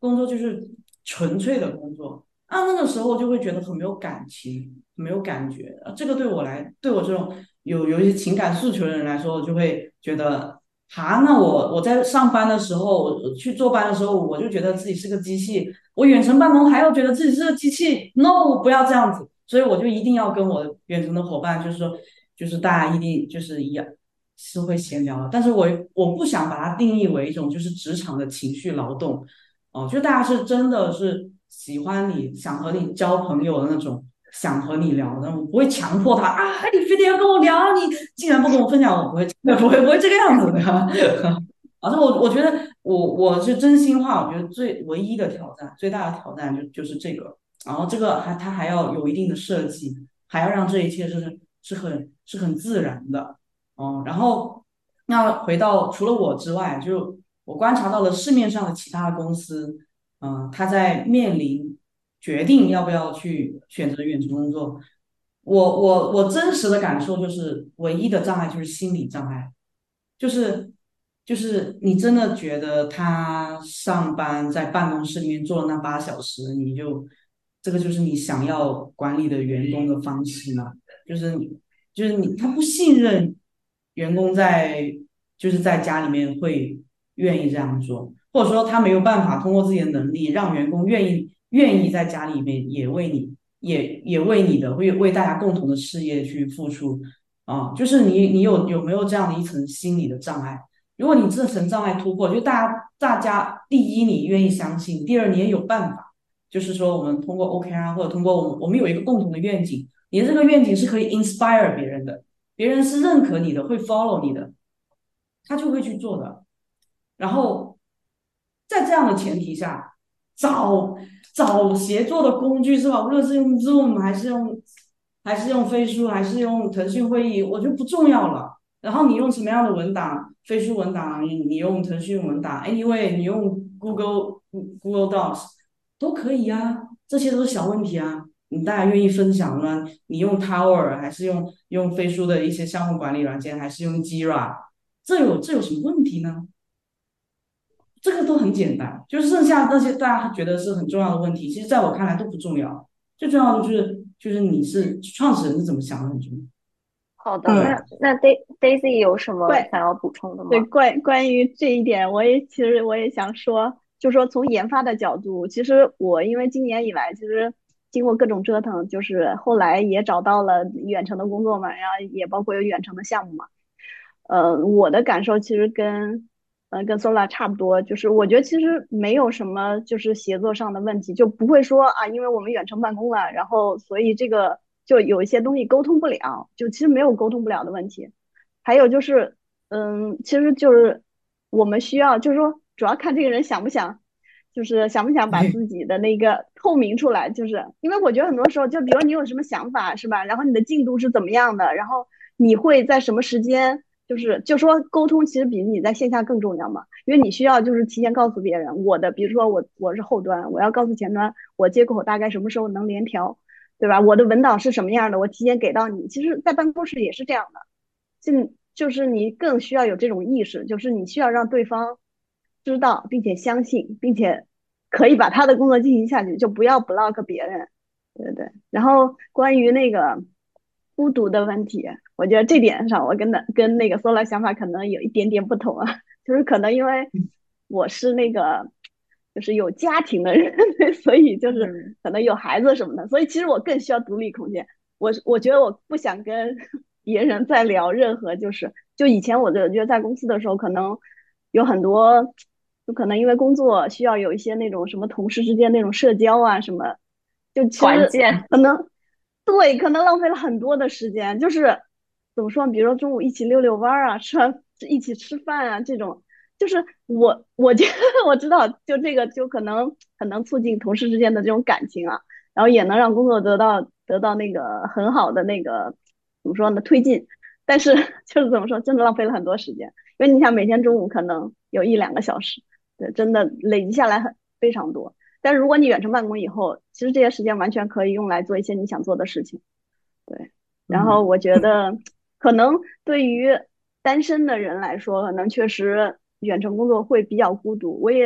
工作就是纯粹的工作。啊，那个时候就会觉得很没有感情，很没有感觉。啊这个对我来，对我这种有有一些情感诉求的人来说，我就会觉得，哈，那我我在上班的时候，我去坐班的时候，我就觉得自己是个机器，我远程办公还要觉得自己是个机器，no，不要这样子。所以我就一定要跟我远程的伙伴，就是说，就是大家一定就是一样是会闲聊的，但是我我不想把它定义为一种就是职场的情绪劳动。哦，就大家是真的是喜欢你，想和你交朋友的那种，想和你聊的，我不会强迫他啊，你非得要跟我聊，你竟然不跟我分享，我不会，不会，不会这个样子的。而且我我觉得我我是真心话，我觉得最唯一的挑战，最大的挑战就就是这个，然后这个还它还要有一定的设计，还要让这一切是是很是很自然的。哦，然后那回到除了我之外，就我观察到了市面上的其他的公司，嗯、他在面临决定要不要去选择远程工作，我我我真实的感受就是，唯一的障碍就是心理障碍，就是就是你真的觉得他上班在办公室里面做了那八小时，你就这个就是你想要管理的员工的方式吗？就是你就是你他不信任员工在就是在家里面会愿意这样做，或者说他没有办法通过自己的能力让员工愿意愿意在家里面也为你也也为你的为为大家共同的事业去付出。啊，就是你你有有没有这样的一层心理的障碍？如果你这层障碍突破，就大家大家第一你愿意相信，第二你也有办法，就是说我们通过 O K R 或者通过我们我们有一个共同的愿景，你的这个愿景是可以 inspire 别人的，别人是认可你的，会 follow 你的，他就会去做的。然后在这样的前提下，找找协作的工具是吧？无论是用 Zoom 还是用还是用飞书还是用腾讯会议，我觉得不重要了。然后你用什么样的文档，飞书文档，你你用腾讯文档，anyway，你用 Google Google Docs 都可以啊，这些都是小问题啊。你大家愿意分享吗？你用 Tower 还是用用飞书的一些项目管理软件，还是用 Jira？这有这有什么问题呢？这个都很简单，就是剩下那些大家觉得是很重要的问题，其实在我看来都不重要。最重要的就是就是你是创始人是怎么想的很重要。 好的， 对， 那那 Dai- Daisy 有什么关想要补充的对吗？ 关关于这一点，我也其实我也想说，就说从研发的角度，其实我因为今年以来，其实经过各种折腾，就是后来也找到了远程的工作嘛，然后也包括有远程的项目嘛。呃，我的感受其实跟呃跟 Sola 差不多，就是我觉得其实没有什么就是协作上的问题，就不会说啊，因为我们远程办公了，然后所以这个就有一些东西沟通不了，就其实没有沟通不了的问题。还有就是，嗯，其实就是我们需要，就是说主要看这个人想不想，就是想不想把对， 自己的那个透明出来，就是因为我觉得很多时候，就比如你有什么想法是吧，然后你的进度是怎么样的，然后你会在什么时间。就是就说沟通其实比你在线下更重要嘛，因为你需要就是提前告诉别人我的，比如说我我是后端，我要告诉前端我接口大概什么时候能联调，对吧？我的文档是什么样的，我提前给到你。其实，在办公室也是这样的，就就是你更需要有这种意识，就是你需要让对方知道，并且相信，并且可以把他的工作进行下去，就不要 block 别人。对对对。然后关于那个孤独的问题，我觉得这点上我跟的跟那个 Sola 想法可能有一点点不同啊，就是可能因为我是那个就是有家庭的人，所以就是嗯， 可能有孩子什么的，所以其实我更需要独立空间。我我觉得我不想跟别人再聊任何，就是就以前我就觉得在公司的时候，可能有很多，就可能因为工作需要有一些那种什么同事之间那种社交啊什么，就其实团建。 可能对，可能浪费了很多的时间，就是怎么说，比如说中午一起溜溜弯儿啊，吃完一起吃饭啊这种。就是我，我觉得我知道，就这个就可能很能促进同事之间的这种感情啊，然后也能让工作得到得到那个很好的那个怎么说呢推进，但是就是怎么说，真的浪费了很多时间，因为你想每天中午可能有一两个小时，对，真的累积下来很非常多。但是如果你远程办公以后，其实这些时间完全可以用来做一些你想做的事情，对。然后嗯， 我觉得可能对于单身的人来说，可能确实远程工作会比较孤独。我也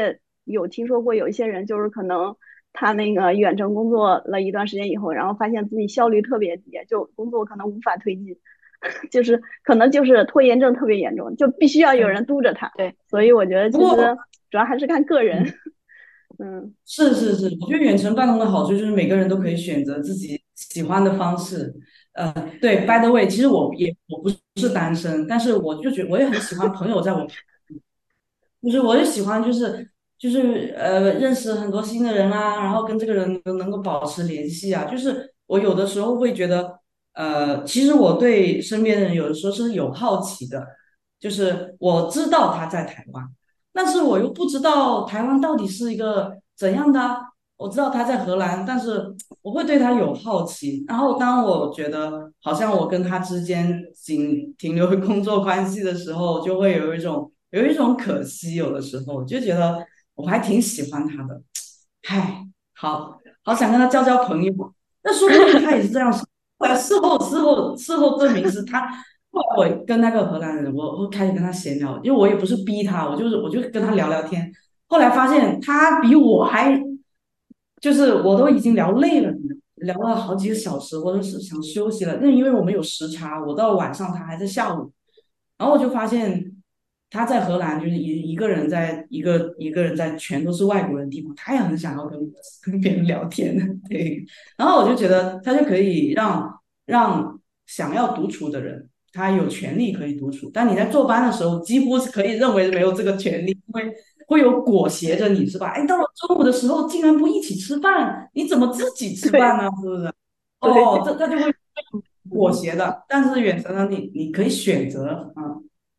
有听说过有一些人就是可能他那个远程工作了一段时间以后，然后发现自己效率特别低，就工作可能无法推进，就是可能就是拖延症特别严重，就必须要有人督着他。 对， 所以我觉得其实不过， 主要还是看个人。 嗯， 嗯， 是是是，我觉得远程办公的好处就是每个人都可以选择自己喜欢的方式。呃，对，by the way，其实我也我不是单身，但是我就觉得我也很喜欢朋友在我旁边，就是我就喜欢就是就是呃认识很多新的人啊，然后跟这个人能能够保持联系啊。就是我有的时候会觉得，呃，其实我对身边的人有的时候是有好奇的，就是我知道他在台湾，但是我又不知道台湾到底是一个怎样的啊。我知道他在荷兰，但是我会对他有好奇。然后当我觉得好像我跟他之间仅停留于工作关系的时候，就会有一种有一种可惜。有的时候就觉得我还挺喜欢他的，嗨，好好想跟他交交朋友。那说不定他也是这样想。后来事后事后事后证明是他。后来我跟那个荷兰人，我我开始跟他闲聊，因为我也不是逼他，我就是我就跟他聊聊天。后来发现他比我还，就是我都已经聊累了，聊了好几个小时，我都是想休息了。那因为我们有时差，我到晚上，他还在下午。然后我就发现他在荷兰，就是一一个人在一个一个人在全都是外国人的地方，他也很想要跟跟别人聊天。对。然后我就觉得他就可以让让想要独处的人，他有权利可以独处，但你在坐班的时候，几乎是可以认为没有这个权利，因为会有裹挟着你，是吧？哎，到了中午的时候，竟然不一起吃饭，你怎么自己吃饭对呢？是不是？哦， 对。 这他就会裹挟的。但是远程呢，你你可以选择啊。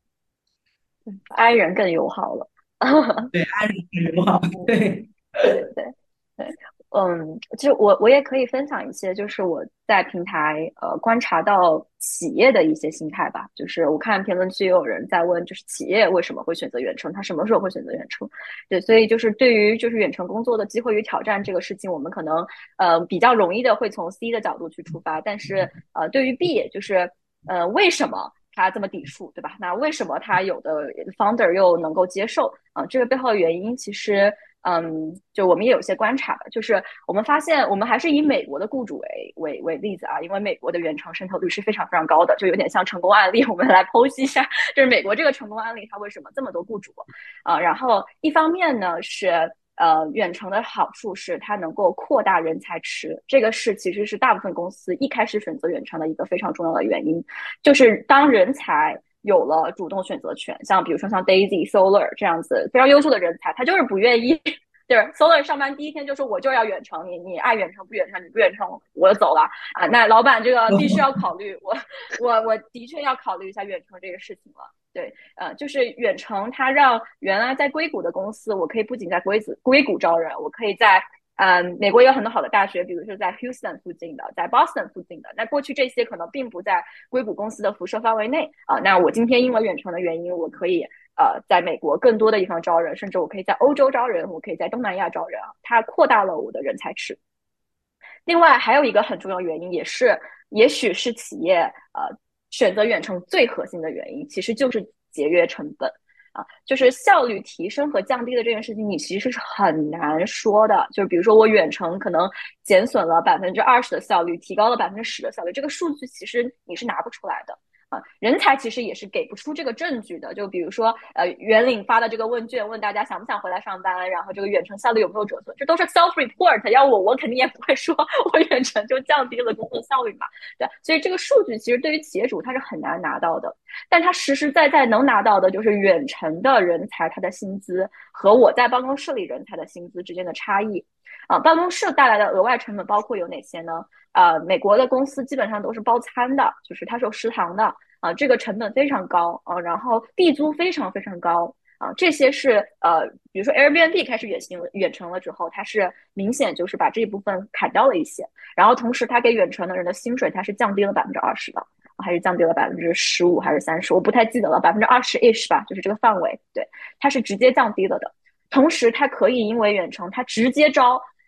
，i 人更友好了。 对，爱人友好。 嗯， 对。 对对对，嗯，其实我我也可以分享一些，就是我在平台呃观察到企业的一些心态吧。就是我看评论区也有人在问，就是企业为什么会选择远程，他什么时候会选择远程？对，所以就是对于就是远程工作的机会与挑战这个事情，我们可能呃比较容易的会从 C 的角度去出发，但是呃对于 B，就是呃为什么？他这么抵触，对吧？那为什么他有的 founder 又能够接受啊、呃？这个背后的原因其实嗯，就我们也有些观察吧，就是我们发现，我们还是以美国的雇主为为为例子啊，因为美国的远程渗透率是非常非常高的，就有点像成功案例，我们来剖析一下，就是美国这个成功案例它为什么这么多雇主啊？然后一方面呢是呃远程的好处是它能够扩大人才池，这个是其实是大部分公司一开始选择远程的一个非常重要的原因，就是当人才有了主动选择权，像比如说像 Daisy、Solar 这样子非常优秀的人才，他就是不愿意。就是 Solar 上班第一天就说我就要远程，你你爱远程不远程，你不远程我就走了啊。那老板这个必须要考虑，我我我的确要考虑一下远程这个事情了。对，呃，就是远程，它让原来在硅谷的公司，我可以不仅在硅谷硅谷招人，我可以在嗯，美国有很多好的大学，比如说在 Houston 附近的，在 Boston 附近的。那过去这些可能并不在硅谷公司的辐射范围内啊、呃。那我今天因为远程的原因，我可以呃在美国更多的地方招人，甚至我可以在欧洲招人，我可以在东南亚招人啊。它扩大了我的人才池。另外还有一个很重要原因，也是也许是企业呃选择远程最核心的原因，其实就是节约成本。啊，就是效率提升和降低的这件事情，你其实是很难说的。就是比如说我远程可能减损了百分之二十的效率，提高了百分之十的效率，这个数据其实你是拿不出来的。啊，人才其实也是给不出这个证据的。就比如说，呃，袁领发的这个问卷，问大家想不想回来上班，然后这个远程效率有没有折损，这都是 self report。要我，我肯定也不会说我远程就降低了工作效率嘛。对，所以这个数据其实对于企业主他是很难拿到的。但他实实在在能拿到的就是远程的人才他的薪资和我在办公室里人才的薪资之间的差异。啊，办公室带来的额外成本包括有哪些呢？呃，美国的公司基本上都是包餐的，就是它是有食堂的啊，这个成本非常高啊，然后地租非常非常高啊，这些是呃，比如说 Airbnb 开始远行远程了之后，它是明显就是把这一部分砍掉了一些，然后同时它给远程的人的薪水它是降低了百分之二十的，还是降低了百分之十五还是三十，我不太记得了，百分之二十 ish 吧，就是这个范围，对，它是直接降低了的。同时，它可以因为远程，它直接招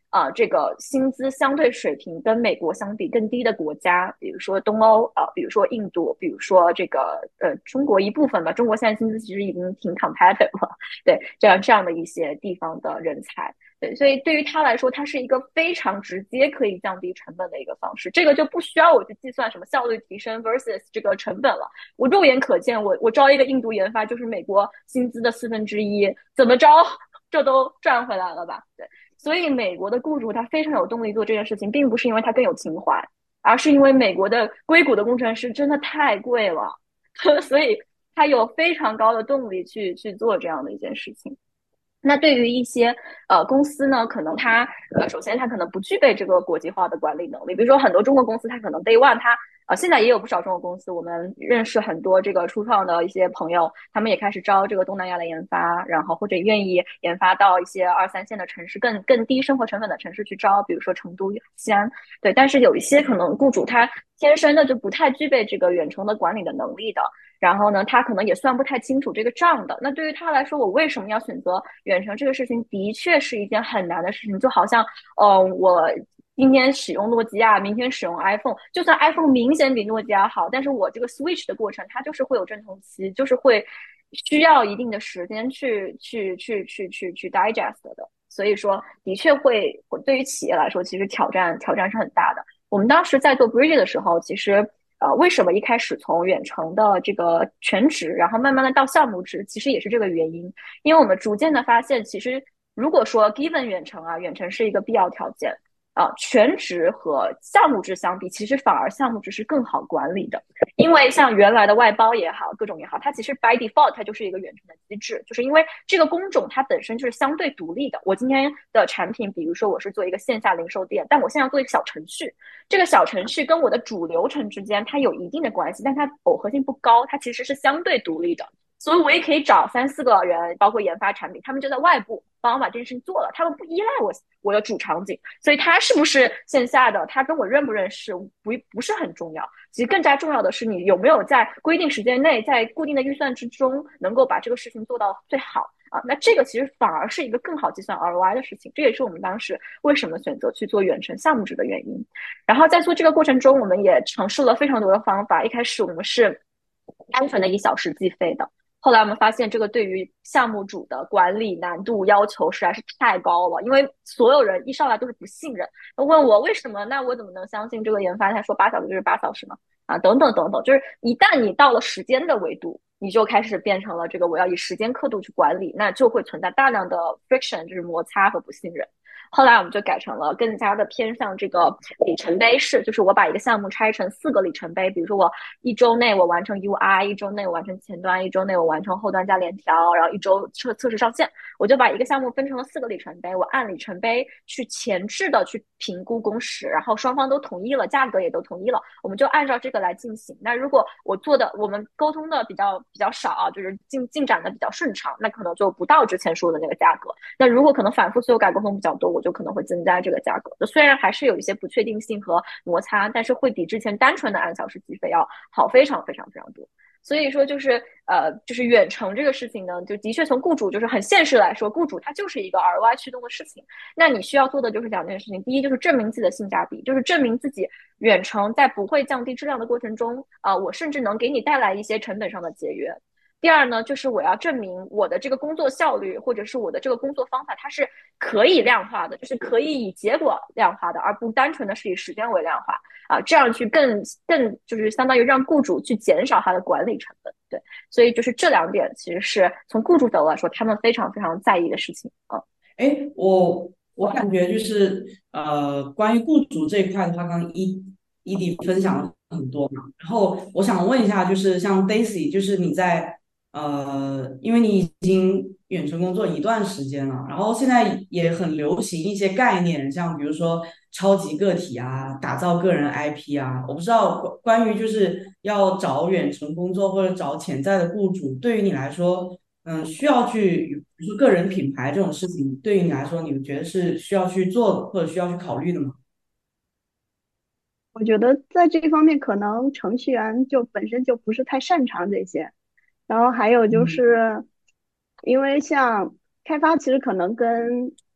啊、呃，这个薪资相对水平跟美国相比更低的国家，比如说东欧啊、呃，比如说印度，比如说这个呃中国一部分吧，中国现在薪资其实已经挺 competitive 了，对，这样这样的一些地方的人才。对，所以对于他来说，它是一个非常直接可以降低成本的一个方式。这个就不需要我去计算什么效率提升 versus 这个成本了。我肉眼可见，我我招一个印度研发就是美国薪资的四分之一，怎么着这都赚回来了吧？对，所以美国的雇主他非常有动力做这件事情，并不是因为他更有情怀，而是因为美国的硅谷的工程师真的太贵了，所以他有非常高的动力去去做这样的一件事情。那对于一些呃公司呢，可能它呃首先它可能不具备这个国际化的管理能力，比如说很多中国公司，它可能 day one 它呃现在也有不少中国公司，我们认识很多这个初创的一些朋友，他们也开始招这个东南亚的研发，然后或者愿意研发到一些二三线的城市，更更低生活成本的城市去招，比如说成都、西安，对。但是有一些可能雇主他天生的就不太具备这个远程的管理的能力的。然后呢，他可能也算不太清楚这个账的。那对于他来说，我为什么要选择远程这个事情，的确是一件很难的事情。就好像，嗯、呃，我今天使用诺基亚，明天使用 iPhone，就算 iPhone 明显比诺基亚好，但是我这个 switch 的过程，它就是会有阵痛期，就是会需要一定的时间去去去去去去 digest 的。所以说，的确会对于企业来说，其实挑战挑战是很大的。我们当时在做 Bridge 的时候，其实。呃，为什么一开始从远程的这个全职，然后慢慢的到项目制，其实也是这个原因。因为我们逐渐的发现，其实如果说 given 远程啊，远程是一个必要条件啊，全职和项目制相比，其实反而项目制是更好管理的。因为像原来的外包也好，各种也好，它其实 by default 它就是一个远程的机制，就是因为这个工种它本身就是相对独立的。我今天的产品，比如说我是做一个线下零售店，但我现在要做一个小程序，这个小程序跟我的主流程之间它有一定的关系，但它耦合性不高，它其实是相对独立的。所以我也可以找三四个人，包括研发产品，他们就在外部帮我把这件事情做了，他们不依赖我我的主场景，所以他是不是线下的，他跟我认不认识不不是很重要，其实更加重要的是你有没有在规定时间内，在固定的预算之中，能够把这个事情做到最好啊。那这个其实反而是一个更好计算 R O I 的事情，这也是我们当时为什么选择去做远程项目制的原因。然后在做这个过程中，我们也尝试了非常多的方法，一开始我们是单纯的一小时计费的。后来我们发现，这个对于项目组的管理难度要求实在是太高了，因为所有人一上来都是不信任，问我为什么，那我怎么能相信这个研发他说八小时就是八小时呢？啊，等等等等，就是一旦你到了时间的维度，你就开始变成了这个我要以时间刻度去管理，那就会存在大量的 friction， 就是摩擦和不信任。后来我们就改成了更加的偏向这个里程碑式，就是我把一个项目拆成四个里程碑，比如说我一周内我完成 U I， 一周内我完成前端，一周内我完成后端加联调，然后一周测测试上线，我就把一个项目分成了四个里程碑，我按里程碑去前置的去评估工时，然后双方都同意了，价格也都同意了，我们就按照这个来进行。那如果我做的我们沟通的比较比较少啊，就是进进展的比较顺畅，那可能就不到之前说的那个价格。那如果可能反复修改沟通比较多，我就可能会增加这个价格。虽然还是有一些不确定性和摩擦，但是会比之前单纯的按小时计费要好非常非常非常多。所以说就是呃，就是远程这个事情呢，就的确从雇主就是很现实来说，雇主它就是一个 R O I 驱动的事情。那你需要做的就是两件事情，第一就是证明自己的性价比，就是证明自己远程在不会降低质量的过程中，啊、呃，我甚至能给你带来一些成本上的节约。第二呢，就是我要证明我的这个工作效率，或者是我的这个工作方法，它是可以量化的，就是可以以结果量化的，而不单纯的是以时间为量化啊，这样去更更就是相当于让雇主去减少他的管理成本。对，所以就是这两点其实是从雇主角度来说，他们非常非常在意的事情啊。 哎，我我感觉就是呃，关于雇主这一块的话，刚刚伊伊迪分享了很多嘛，然后我想问一下，就是像 Daisy，就是你在呃，因为你已经远程工作一段时间了，然后现在也很流行一些概念，像比如说超级个体啊，打造个人 I P 啊，我不知道关关于就是要找远程工作或者找潜在的雇主，对于你来说。嗯，需要去，比如说个人品牌这种事情，对于你来说，你们觉得是需要去做或者需要去考虑的吗？ 我觉得在这方面，可能程序员就本身就不是太擅长这些。然后还有就嗯是，因为像开发，其实可能跟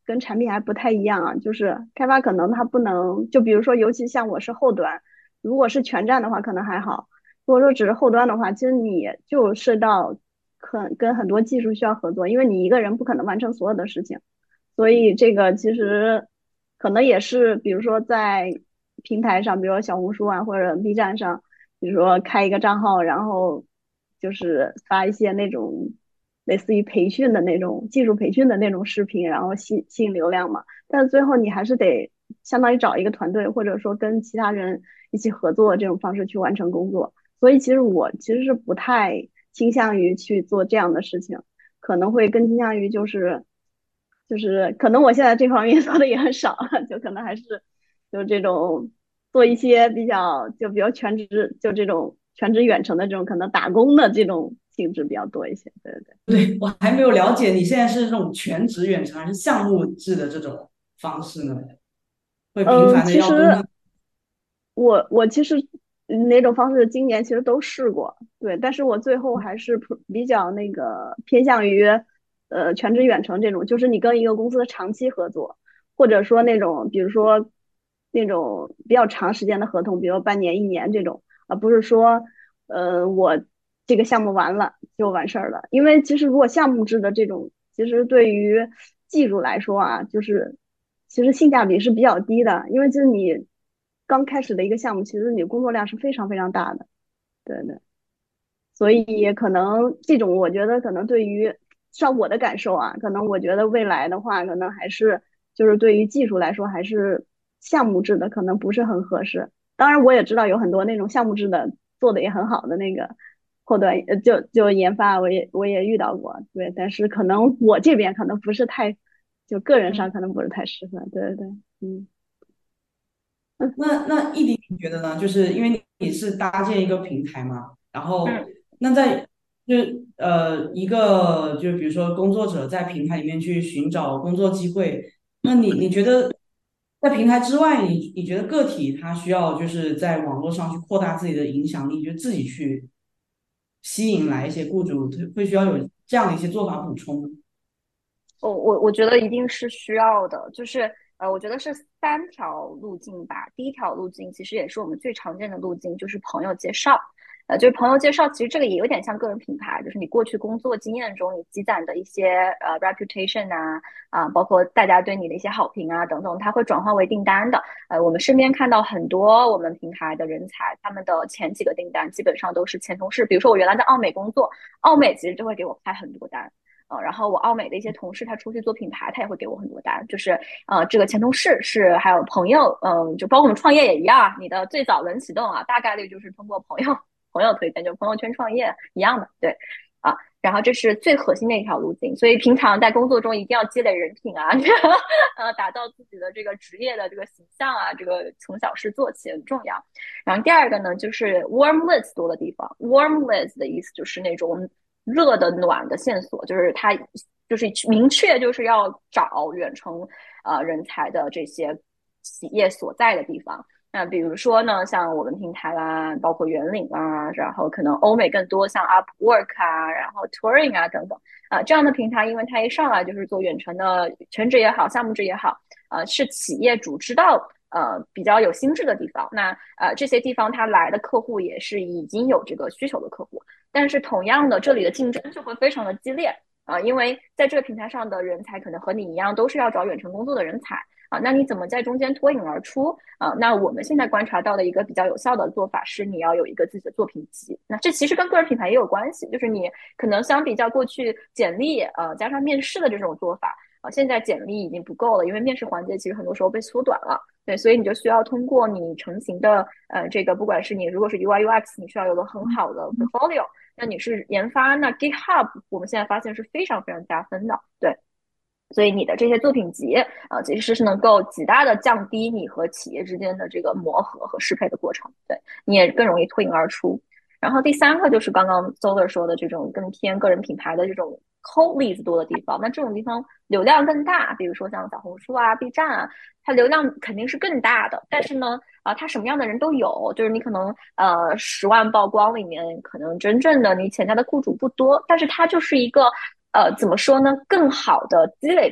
跟产品还不太一样啊，就是开发可能它不能，就比如说，尤其像我是后端，如果是全站的话可能还好，如果说只是后端的话，其实你就涉及到很跟很多技术需要合作，因为你一个人不可能完成所有的事情，所以这个其实可能也是，比如说在平台上，比如说小红书啊或者 B 站上，比如说开一个账号，然后就是发一些那种类似于培训的那种技术培训的那种视频，然后吸吸引流量嘛。但是最后你还是得相当于找一个团队，或者说跟其他人一起合作这种方式去完成工作。所以其实我其实是不太倾向于去做这样的事情，可能会更倾向于就是就是可能我现在这方面做的也很少，就可能还是就这种做一些比较就比较全职就这种全职远程的这种可能打工的这种性质比较多一些。对对对。 对，我还没有了解你现在是这种全职远程还是项目制的这种方式呢？会频嗯， 繁的其实要跟他。 我我其实嗯哪种方式今年其实都试过，对，但是我最后还是普比较那个偏向于呃全职远程这种，就是你跟一个公司长期合作，或者说那种比如说那种比较长时间的合同，比如半年一年这种，而不是说呃我这个项目完了就完事儿了，因为其实如果项目制的这种，其实对于技术来说啊，就是其实性价比是比较低的，因为就是你刚开始的一个项目，其实你工作量是非常非常大的，对对，所以可能这种我觉得可能对于照我的感受啊，可能我觉得未来的话，可能还是就是对于技术来说，还是项目制的可能不是很合适。当然，我也知道有很多那种项目制的做的也很好的那个后端，呃，就就研发，我也我也遇到过，对，但是可能我这边可能不是太，就个人上可能不是太适合，对对对，嗯。 那那易迪，你觉得呢？就是因为你你是搭建一个平台嘛，然后嗯。 那在就呃一个就比如说工作者在平台里面去寻找工作机会，那你你觉得在平台之外，你你觉得个体他需要就是在网络上去扩大自己的影响力，就自己去吸引来一些雇主，会需要有这样的一些做法补充？ 我我我觉得一定是需要的，就是呃，我觉得是三条路径吧。第一条路径其实也是我们最常见的路径，就是朋友介绍。呃，就是朋友介绍，其实这个也有点像个人品牌，就是你过去工作经验中你积攒的一些呃 reputation 啊啊，包括大家对你的一些好评啊等等，它会转化为订单的。呃，我们身边看到很多我们平台的人才，他们的前几个订单基本上都是前同事，比如说我原来在奥美工作，奥美其实就会给我开很多单。呃，然后我奥美的一些同事，他出去做品牌，他也会给我很多单。就是呃，这个前同事是还有朋友，嗯、呃，就包括我们创业也一样，你的最早轮启动啊，大概率就是通过朋友朋友推荐，就朋友圈创业一样的，对啊。然后这是最核心的一条路径，所以平常在工作中一定要积累人品啊，呃，打造自己的这个职业的这个形象啊，这个从小事做起很重要。然后第二个呢，就是 warm leads 多的地方，warm leads 的意思就是那种热的暖的线索，就是它就是明确就是要找远程呃人才的这些企业所在的地方。那比如说呢，像我们平台啦，包括圆领啊，然后可能欧美更多像 Upwork 啊，然后 Touring 啊等等啊、呃、这样的平台，因为它一上来就是做远程的全职也好，项目制也好，呃是企业主知道呃比较有心智的地方。那呃这些地方他来的客户也是已经有这个需求的客户，但是同样的，这里的竞争就会非常的激烈啊、呃，因为在这个平台上的人才可能和你一样都是要找远程工作的人才。啊，那你怎么在中间脱颖而出啊？那我们现在观察到的一个比较有效的做法是，你要有一个自己的作品集。那这其实跟个人品牌也有关系，就是你可能相比较过去简历呃加上面试的这种做法啊，现在简历已经不够了，因为面试环节其实很多时候被缩短了。对，所以你就需要通过你成型的呃这个，不管是你如果是 U I U X，你需要有个很好的 portfolio，那你是研发，那 GitHub 我们现在发现是非常非常加分的。对。所以你的这些作品集啊、呃，其实是能够极大的降低你和企业之间的这个磨合和适配的过程，对，你也更容易脱颖而出。然后第三个就是刚刚 Solar 说的这种更偏个人品牌的这种 cold leads 多的地方，那这种地方流量更大，比如说像小红书啊、B 站啊，它流量肯定是更大的，但是呢，啊、呃，它什么样的人都有，就是你可能呃十万曝光里面，可能真正的你潜在的雇主不多，但是它就是一个呃怎么说呢，更好的积累的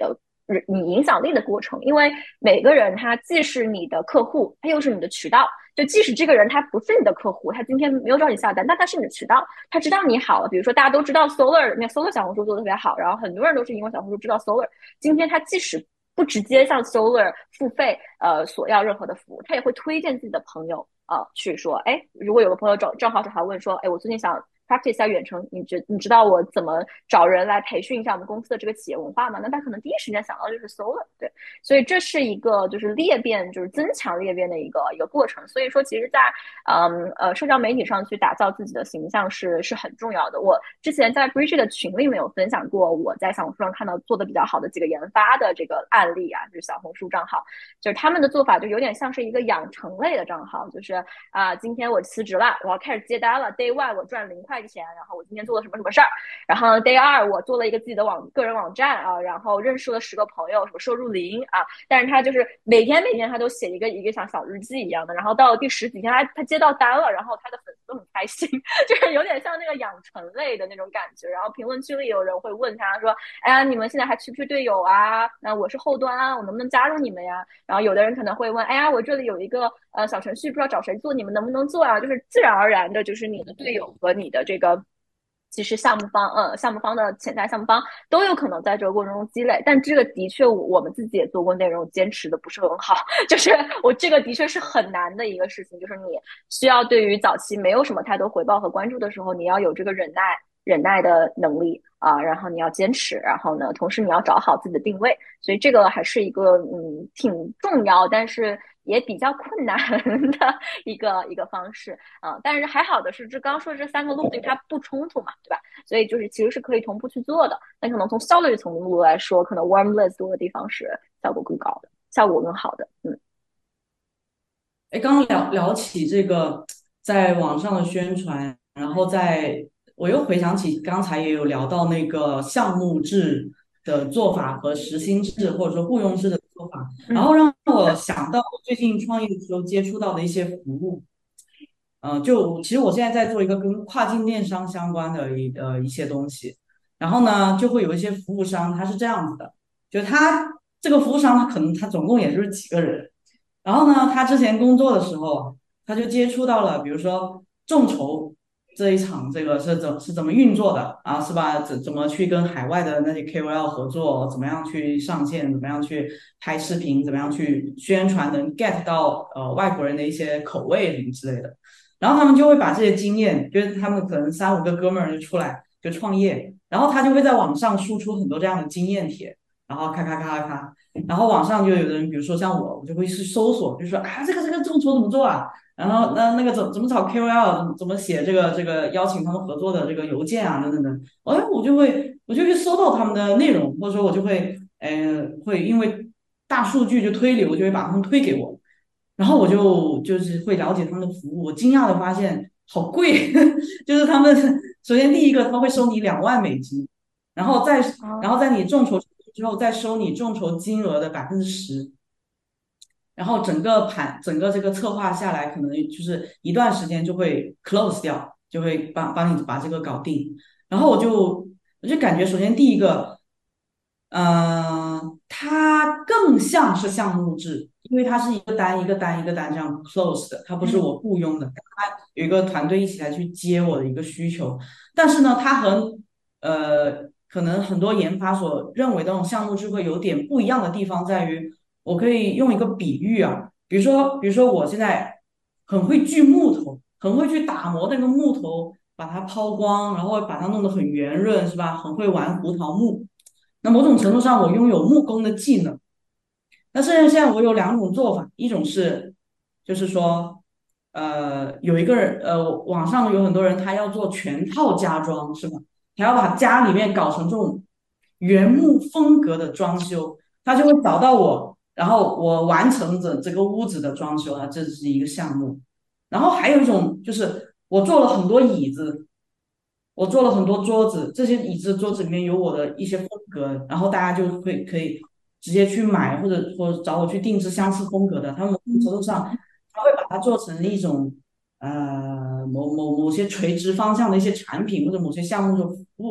你影响力的过程，因为每个人他既是你的客户，他又是你的渠道。就即使这个人他不是你的客户，他今天没有找你下单，但他是你的渠道，他知道你好了。比如说大家都知道 Solar， 那 Solar 小红书做的特别好，然后很多人都是因为小红书知道 Solar。今天他即使不直接向 Solar 付费，呃，索要任何的服务，他也会推荐自己的朋友，呃，去说，哎，如果有个朋友找正好找他问说，哎，我最近想practice 一下远程，你知你知道我怎么找人来培训一下我们公司的这个企业文化吗？那他可能第一时间想到的就是 Solar， 对，所以这是一个就是裂变，就是增强裂变的一个一个过程。所以说，其实在，嗯呃社交媒体上去打造自己的形象是是很重要的。我之前在 Bridget 的群里面有分享过，我在小红书上看到做的比较好的几个研发的这个案例啊，就是小红书账号，就是他们的做法就有点像是一个养成类的账号，就是啊、呃，今天我辞职了，我要开始接单了 ，Day One 我赚零块钱，然后我今天做了什么什么事儿，然后 Day 二我做了一个自己的网个人网站啊，然后认识了十个朋友，什么收入零啊，但是他就是每天每天他都写一个一个像小日记一样的，然后到了第十几天他他接到单了，然后他的粉丝都很开心，就是有点像那个养成类的那种感觉。然后评论区里有人会问他说，哎呀，你们现在还缺不缺队友啊？那我是后端啊，我能不能加入你们呀？然后有的人可能会问，哎呀，我这里有一个呃小程序，不知道找谁做，你们能不能做啊？就是自然而然的，就是你的队友和你的这个。其实项目方，呃，项目方的潜在项目方都有可能在这个过程中积累，但这个的确我，我们自己也做过内容，坚持的不是很好。就是我这个的确是很难的一个事情，就是你需要对于早期没有什么太多回报和关注的时候，你要有这个忍耐、忍耐的能力啊、呃，然后你要坚持，然后呢，同时你要找好自己的定位，所以这个还是一个嗯挺重要，但是也比较困难的一个一个方式啊、呃。但是还好的是，这刚刚说这三个路径它不冲突嘛，对吧？所以就是其实是可以同步去做的。但可能从效率层面来说，可能 warm list 多的地方是效果更高的，效果更好的。嗯， 哎，刚刚聊聊起这个在网上的宣传，然后在我又回想起刚才也有聊到那个项目制的做法和时薪制或者说雇佣制的做法，然后让我想到我最近创业的时候接触到的一些服务。嗯、呃，就其实我现在在做一个跟跨境电商相关的一呃一些东西，然后呢，就会有一些服务商，他是这样子的，就他这个服务商，他可能他总共也就是几个人，然后呢，他之前工作的时候，他就接触到了，比如说众筹这一场，这个是怎是怎么运作的啊，是吧？怎怎么去跟海外的那些 K O L 合作，怎么样去上线，怎么样去拍视频，怎么样去宣传，能 get 到呃外国人的一些口味什么之类的。然后他们就会把这些经验，就是他们可能三五个哥们儿就出来就创业，然后他就会在网上输出很多这样的经验帖，然后咔咔咔咔咔，然后网上就有的人，比如说像我，我就会去搜索，就说啊这个这个众筹怎么做啊？然后那那个怎怎么找 K O L，怎么怎么写这个这个邀请他们合作的这个邮件啊等等等，哎我就会我就去搜到他们的内容，或者说我就会呃会因为大数据就推流，就会把他们推给我。然后我就就是会了解他们的服务，我惊讶的发现好贵，就是他们首先第一个他会收你两万美金，然后再然后在你众筹之后再收你众筹金额的百分之十，然后整个盘整个这个策划下来，可能就是一段时间就会 close 掉，就会帮帮你把这个搞定。然后我就我就感觉，首先第一个，嗯、它更像是项目制，因为它是一个单一个单一个单这样 close 的，它不是我雇佣的，它有一个团队一起来去接我的一个需求。但是呢，它和呃可能很多研发所认为的那种项目制会有点不一样的地方在于。我可以用一个比喻啊，比如说，比如说我现在很会锯木头，很会去打磨那个木头，把它抛光，然后把它弄得很圆润，是吧？很会玩胡桃木。那某种程度上，我拥有木工的技能。那现在现在我有两种做法，一种是，就是说，呃，有一个人，呃，网上有很多人他要做全套家装，是吧？他要把家里面搞成这种原木风格的装修，他就会找到我。然后我完成整这个屋子的装修啊，这是一个项目。然后还有一种就是我做了很多椅子，我做了很多桌子，这些椅子桌子里面有我的一些风格，然后大家就会可以直接去买，或者或者找我去定制相似风格的。他们某种程度上，他会把它做成一种呃某某某些垂直方向的一些产品或者某些项目的服务。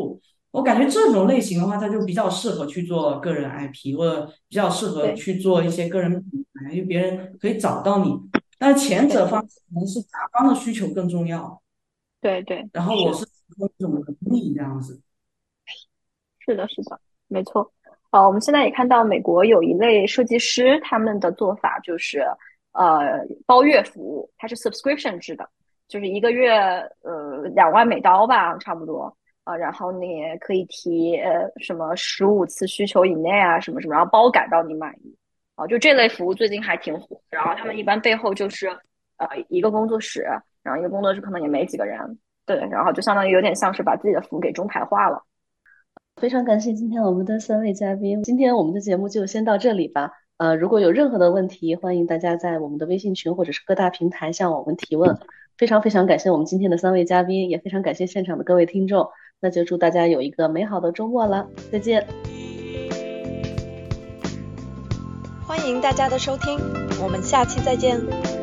我感觉这种类型的话，它就比较适合去做个人 I P，或者比较适合对去做一些个人品牌，因为别人可以找到你。但是前对者方面可能是甲方的需求更重要， 对对， 然后我是是提供这种能力这样子。 是的，是的，没错。呃，我们现在也看到美国有一类设计师，他们的做法就是呃包月服务，它是 subscription 制的，就是一个月呃两万美刀吧，差不多。啊、然后你可以提呃什么十五次需求以内啊，什么什么，然后包赶到你满意。啊、就这类服务最近还挺火。然后他们一般背后就是呃一个工作室，然后一个工作室可能也没几个人，对，然后就相当于有点像是把自己的服务给中台化了。 非常感谢今天我们的三位嘉宾，今天我们的节目就先到这里吧。呃，如果有任何的问题，欢迎大家在我们的微信群或者是各大平台向我们提问。非常非常感谢我们今天的三位嘉宾，也非常感谢现场的各位听众。那就祝大家有一个美好的周末了，再见。 欢迎大家的收听，我们下期再见。